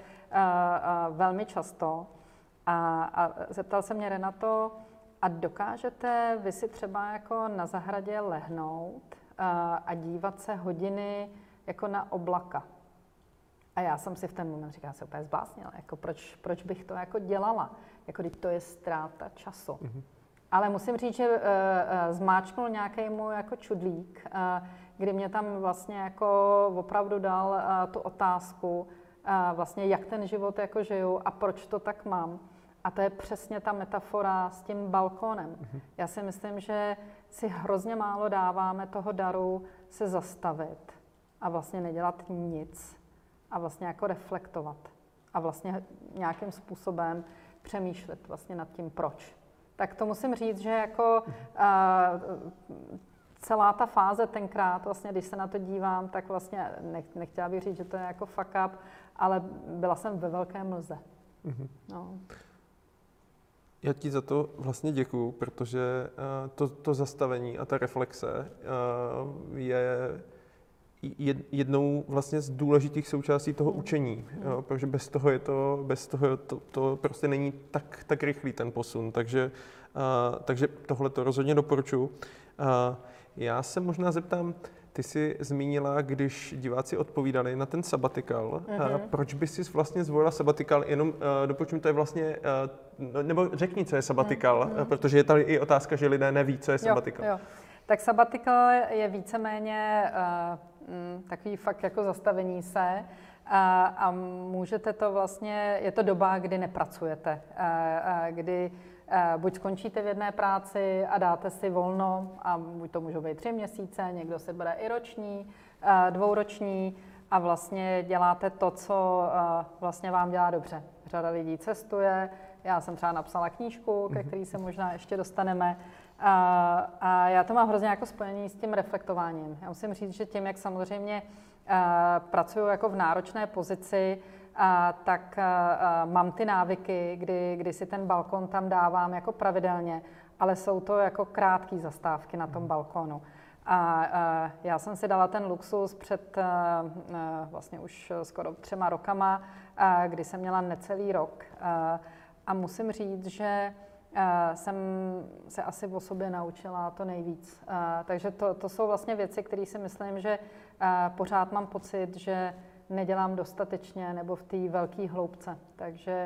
a velmi často. A, a zeptal se mě: Renato, a dokážete vy si třeba jako na zahradě lehnout a, a dívat se hodiny jako na oblaka? A já jsem si v ten moment říkala, se úplně zbláznila, jako proč, proč bych to jako dělala? Jako když to je ztráta času. Mm-hmm. Ale musím říct, že uh, uh, zmáčknul nějaký můj jako čudlík, uh, kdy mě tam vlastně jako opravdu dal uh, tu otázku, uh, vlastně jak ten život jako žiju a proč to tak mám. A to je přesně ta metafora s tím balkónem. Mm-hmm. Já si myslím, že si hrozně málo dáváme toho daru se zastavit a vlastně nedělat nic a vlastně jako reflektovat a vlastně nějakým způsobem přemýšlet vlastně nad tím, proč. Tak to musím říct, že jako uh, celá ta fáze tenkrát, vlastně, když se na to dívám, tak vlastně nech, nechtěla bych říct, že to je jako fuck up, ale byla jsem ve velké mlze. Mm-hmm. No. Já ti za to vlastně děkuju, protože uh, to, to zastavení a ta reflexe uh, je jednou vlastně z důležitých součástí toho učení, jo, protože bez toho je to, bez toho to, to prostě není tak, tak rychlý ten posun, takže, uh, takže tohle to rozhodně doporučuji. Uh, já se možná zeptám, ty jsi zmínila, když diváci odpovídali na ten sabatikal, mm-hmm. uh, proč by jsi vlastně zvolila sabatikal, jenom uh, dopočím, to je vlastně, uh, nebo řekni, co je sabatikal, mm-hmm. uh, protože je tady i otázka, že lidé neví, co je sabatikal. Jo, jo. Tak sabatikal je víceméně uh, m, takový fakt jako zastavení se a, a můžete to vlastně, je to doba, kdy nepracujete, a, a kdy a, buď skončíte v jedné práci a dáte si volno a buď to můžou být tři měsíce, někdo si bere i roční, a, dvouroční a vlastně děláte to, co a, vlastně vám dělá dobře. Řada lidí cestuje, já jsem třeba napsala knížku, ke který se možná ještě dostaneme. A, a já to mám hrozně jako spojení s tím reflektováním. Já musím říct, že tím, jak samozřejmě a, pracuji jako v náročné pozici, a, tak a, mám ty návyky, kdy, kdy si ten balkon tam dávám jako pravidelně, ale jsou to jako krátké zastávky na tom balkonu. A, a já jsem si dala ten luxus před a, a, vlastně už skoro třema rokama, a, kdy jsem měla necelý rok. A, a musím říct, že Uh, jsem se asi o sobě naučila to nejvíc. Uh, takže to, to jsou vlastně věci, které si myslím, že uh, pořád mám pocit, že nedělám dostatečně nebo v té velké hloubce. Takže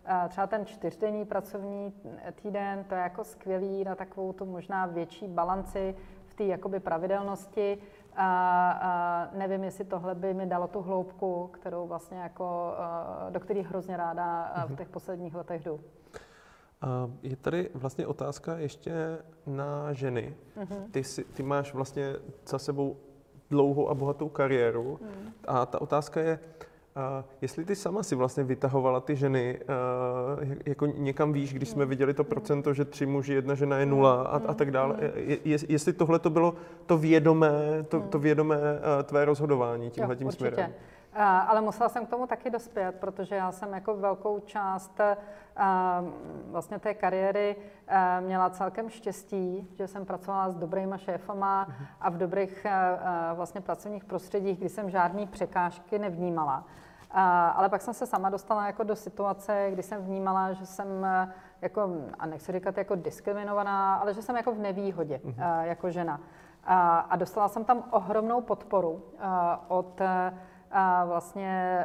třeba ten čtyřdenní pracovní týden, to je jako skvělý na takovou tu možná větší balanci v té jakoby pravidelnosti. A, a nevím, jestli tohle by mi dalo tu hloubku, kterou vlastně jako, do které hrozně ráda v těch posledních letech jdu. A je tady vlastně otázka ještě na ženy. Mm-hmm. Ty, si, ty máš vlastně za sebou dlouhou a bohatou kariéru mm. a ta otázka je, uh, jestli ty sama si vlastně vytahovala ty ženy uh, jako někam výš, když mm. jsme viděli to procento, že tři muži, jedna žena je nula a, a tak dále. Mm. Je, je, jestli tohle to bylo to vědomé, to, to vědomé uh, tvé rozhodování tímhletím směrem. Ale musela jsem k tomu taky dospět, protože já jsem jako velkou část vlastně té kariéry měla celkem štěstí, že jsem pracovala s dobrýma šéfama a v dobrých vlastně pracovních prostředích, kdy jsem žádný překážky nevnímala. Ale pak jsem se sama dostala jako do situace, kdy jsem vnímala, že jsem jako, a nechci říkat jako diskriminovaná, ale že jsem jako v nevýhodě jako žena. A dostala jsem tam ohromnou podporu od a vlastně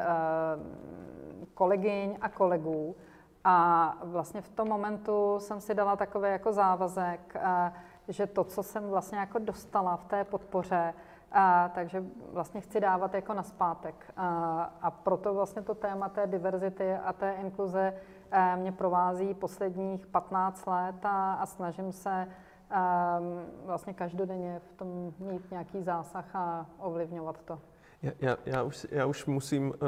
kolegyň a kolegů. A vlastně v tom momentu jsem si dala takový jako závazek, že to, co jsem vlastně jako dostala v té podpoře, takže vlastně chci dávat jako nazpátek. A proto vlastně to téma té diverzity a té inkluze mě provází posledních patnáct let a, a snažím se vlastně každodenně v tom mít nějaký zásah a ovlivňovat to. Já, já, já, už, já už musím, uh,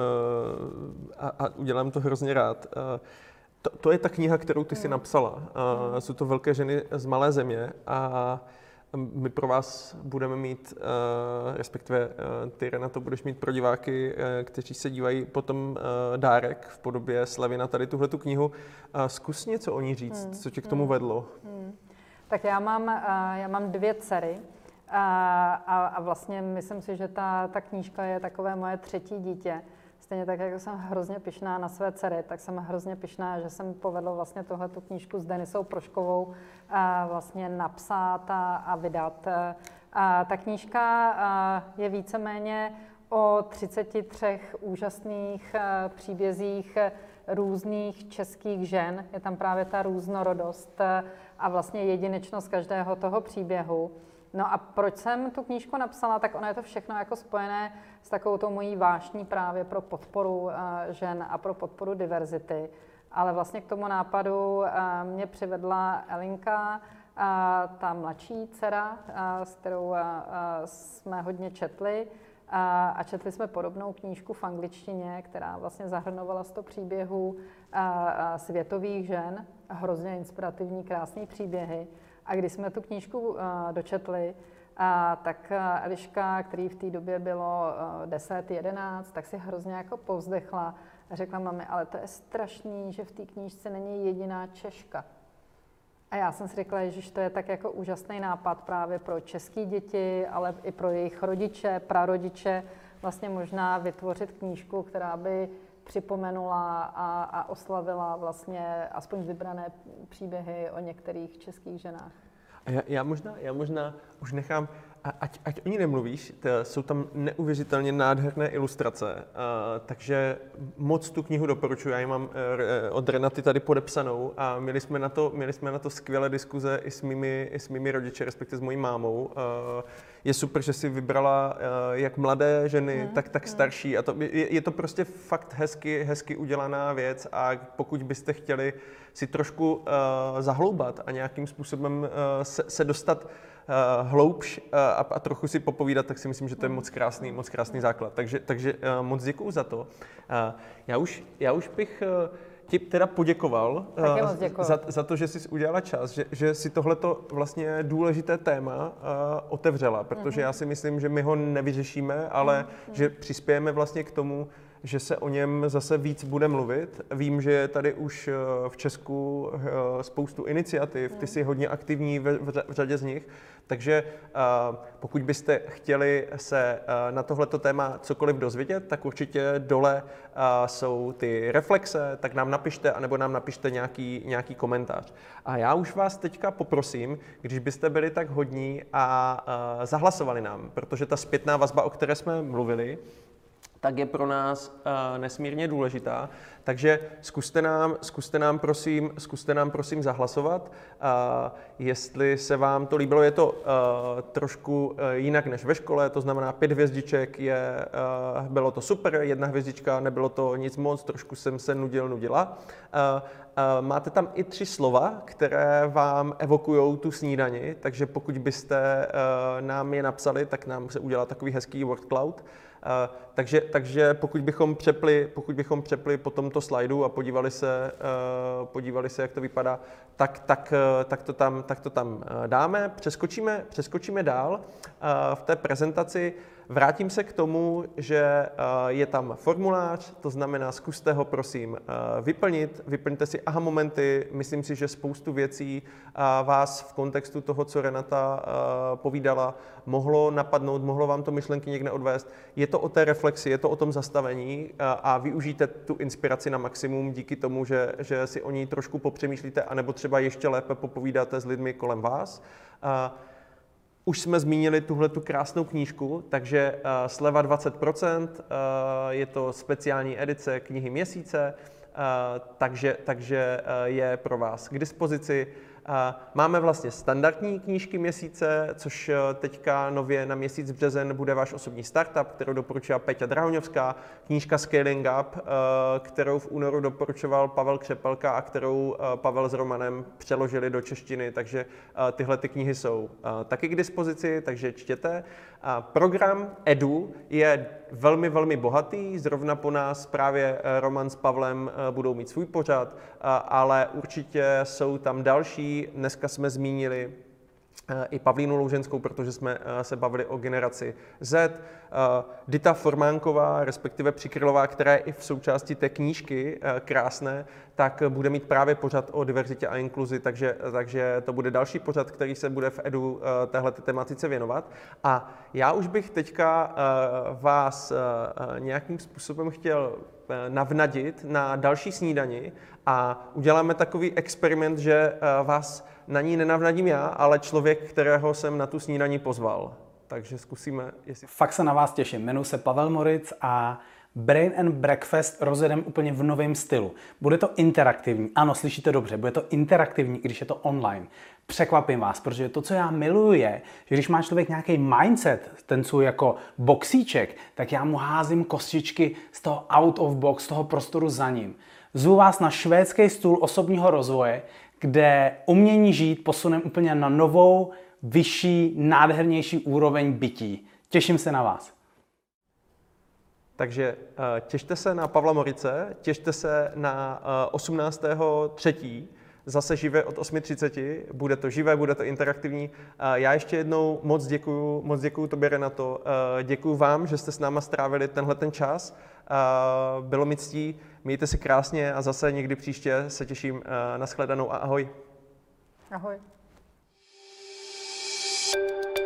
a, a udělám to hrozně rád, uh, to, to je ta kniha, kterou ty jsi napsala. Uh, mm. Jsou to Velké ženy z malé země a my pro vás budeme mít, uh, respektive uh, ty, Renato, budeš mít pro diváky, uh, kteří se dívají potom uh, dárek v podobě slevy na tady tuhletu knihu. Uh, zkus něco o ní říct, mm. co tě k tomu mm. vedlo. Mm. Tak já mám, uh, já mám dvě dcery. A, a, a vlastně myslím si, že ta, ta knížka je takové moje třetí dítě. Stejně tak, jako jsem hrozně pyšná na své dcery, tak jsem hrozně pyšná, že jsem povedla vlastně tuhletu knížku s Denisou Proškovou a vlastně napsat a, a vydat. A ta knížka je víceméně o třiceti třech úžasných příbězích různých českých žen. Je tam právě ta různorodost a vlastně jedinečnost každého toho příběhu. No a proč jsem tu knížku napsala, tak ono je to všechno jako spojené s takovou tou mojí vášní právě pro podporu uh, žen a pro podporu diverzity. Ale vlastně k tomu nápadu uh, mě přivedla Elinka, uh, ta mladší dcera, uh, s kterou uh, jsme hodně četli. Uh, a četli jsme podobnou knížku v angličtině, která vlastně zahrnovala sto příběhů uh, světových žen, hrozně inspirativní, krásný příběhy. A když jsme tu knížku uh, dočetli, uh, tak uh, Eliška, který v té době bylo uh, deset, jedenáct, tak si hrozně jako povzdechla a řekla mami, ale to je strašný, že v té knížce není jediná Češka. A já jsem si řekla, ježiš, to je tak jako úžasný nápad právě pro české děti, ale i pro jejich rodiče, prarodiče, vlastně možná vytvořit knížku, která by připomenula a, a oslavila vlastně aspoň vybrané příběhy o některých českých ženách. A já, já, možná, já možná už nechám, ať, ať o ní nemluvíš, to, jsou tam neuvěřitelně nádherné ilustrace, uh, takže moc tu knihu doporučuji, já ji mám uh, od Renaty tady podepsanou a měli jsme na to, měli jsme na to skvělé diskuze i s mými, i s mými rodiči, respektive s mojí mámou. Uh, je super, že si vybrala uh, jak mladé ženy, mm, tak, tak starší a to, je, je to prostě fakt hezky, hezky udělaná věc a pokud byste chtěli si trošku uh, zahloubat a nějakým způsobem uh, se, se dostat uh, hloubš uh, a, a trochu si popovídat, tak si myslím, že to je moc krásný, moc krásný základ. Takže, takže uh, moc děkuju za to. Uh, já, už, já už bych uh, ti teda poděkoval uh, za, za to, že jsi udělala čas, že, že si tohleto vlastně důležité téma uh, otevřela, protože mm-hmm. já si myslím, že my ho nevyřešíme, ale mm-hmm. že přispějeme vlastně k tomu, že se o něm zase víc bude mluvit. Vím, že je tady už v Česku spoustu iniciativ, ty jsi hodně aktivní v řadě z nich, takže pokud byste chtěli se na tohleto téma cokoliv dozvědět, tak určitě dole jsou ty reflexe, tak nám napište, anebo nám napište nějaký, nějaký komentář. A já už vás teďka poprosím, když byste byli tak hodní a zahlasovali nám, protože ta zpětná vazba, o které jsme mluvili, tak je pro nás uh, nesmírně důležitá. Takže zkuste nám, zkuste nám, prosím, zkuste nám prosím zahlasovat, uh, jestli se vám to líbilo. Je to uh, trošku uh, jinak než ve škole, to znamená pět hvězdiček, je, uh, bylo to super, jedna hvězdička, nebylo to nic moc, trošku jsem se nudil, nudila. Uh, uh, máte tam i tři slova, které vám evokujou tu snídani, takže pokud byste uh, nám je napsali, tak nám se udělá takový hezký word cloud. Uh, takže, takže pokud bychom přepli, pokud bychom přepli po tomto slajdu a podívali se, uh, podívali se, jak to vypadá, tak, tak, uh, tak, to, tam, tak to tam uh, dáme. Přeskočíme, přeskočíme dál uh, v té prezentaci. Vrátím se k tomu, že uh, je tam formulář, to znamená, zkuste ho prosím uh, vyplnit, vyplňte si aha momenty, myslím si, že spoustu věcí uh, vás v kontextu toho, co Renata uh, povídala, mohlo napadnout, mohlo vám to myšlenky někde odvést. Je to o té reflexi, je to o tom zastavení uh, a využijte tu inspiraci na maximum díky tomu, že, že si o ní trošku popřemýšlíte, anebo třeba ještě lépe popovídáte s lidmi kolem vás. Uh, Už jsme zmínili tuhle tu krásnou knížku, takže uh, sleva dvacet procent, uh, je to speciální edice knihy měsíce, uh, takže, takže uh, je pro vás k dispozici. Uh, máme vlastně standardní knížky měsíce, což uh, teďka nově na měsíc březen bude váš osobní startup, kterou doporučila Peťa Drahoňovská, knížka Scaling Up, uh, kterou v únoru doporučoval Pavel Křepelka a kterou uh, Pavel s Romanem přeložili do češtiny, takže uh, tyhle ty knihy jsou uh, taky k dispozici, takže čtěte. Uh, program Edu je velmi, velmi bohatý, zrovna po nás právě Roman s Pavlem uh, budou mít svůj pořad, uh, ale určitě jsou tam další. Dneska jsme zmínili i Pavlínu Louženskou, protože jsme se bavili o generaci Z. Dita Formánková, respektive Přikrylová, která je i v součástí té knížky krásné, tak bude mít právě pořad o diverzitě a inkluzi, takže, takže to bude další pořad, který se bude v Edu téhleté tematice věnovat. A já už bych teďka vás nějakým způsobem chtěl navnadit na další snídani a uděláme takový experiment, že vás na ní nenavnadím já, ale člověk, kterého jsem na tu snídani pozval. Takže zkusíme, jestli... Fakt se na vás těším. Jmenuji se Pavel Moritz a Brain and Breakfast rozjedeme úplně v novém stylu. Bude to interaktivní. Ano, slyšíte dobře, bude to interaktivní, když je to online. Překvapím vás, protože to, co já miluji, je, že když má člověk nějaký mindset, ten svůj jako boxíček, tak já mu házím kostičky z toho out of box, z toho prostoru za ním. Zvu vás na švédský stůl osobního rozvoje, kde umění žít posunem úplně na novou, vyšší, nádhernější úroveň bytí. Těším se na vás. Takže těšte se na Pavla Morice, těšte se na osmnáctého třetího zase živé od osm třicet, bude to živé, bude to interaktivní. Já ještě jednou moc děkuju, moc děkuju tobě, Renato, děkuju vám, že jste s náma strávili tenhle ten čas. Bylo mi ctí, mějte se krásně a zase někdy příště se těším na shledanou a ahoj. Ahoj.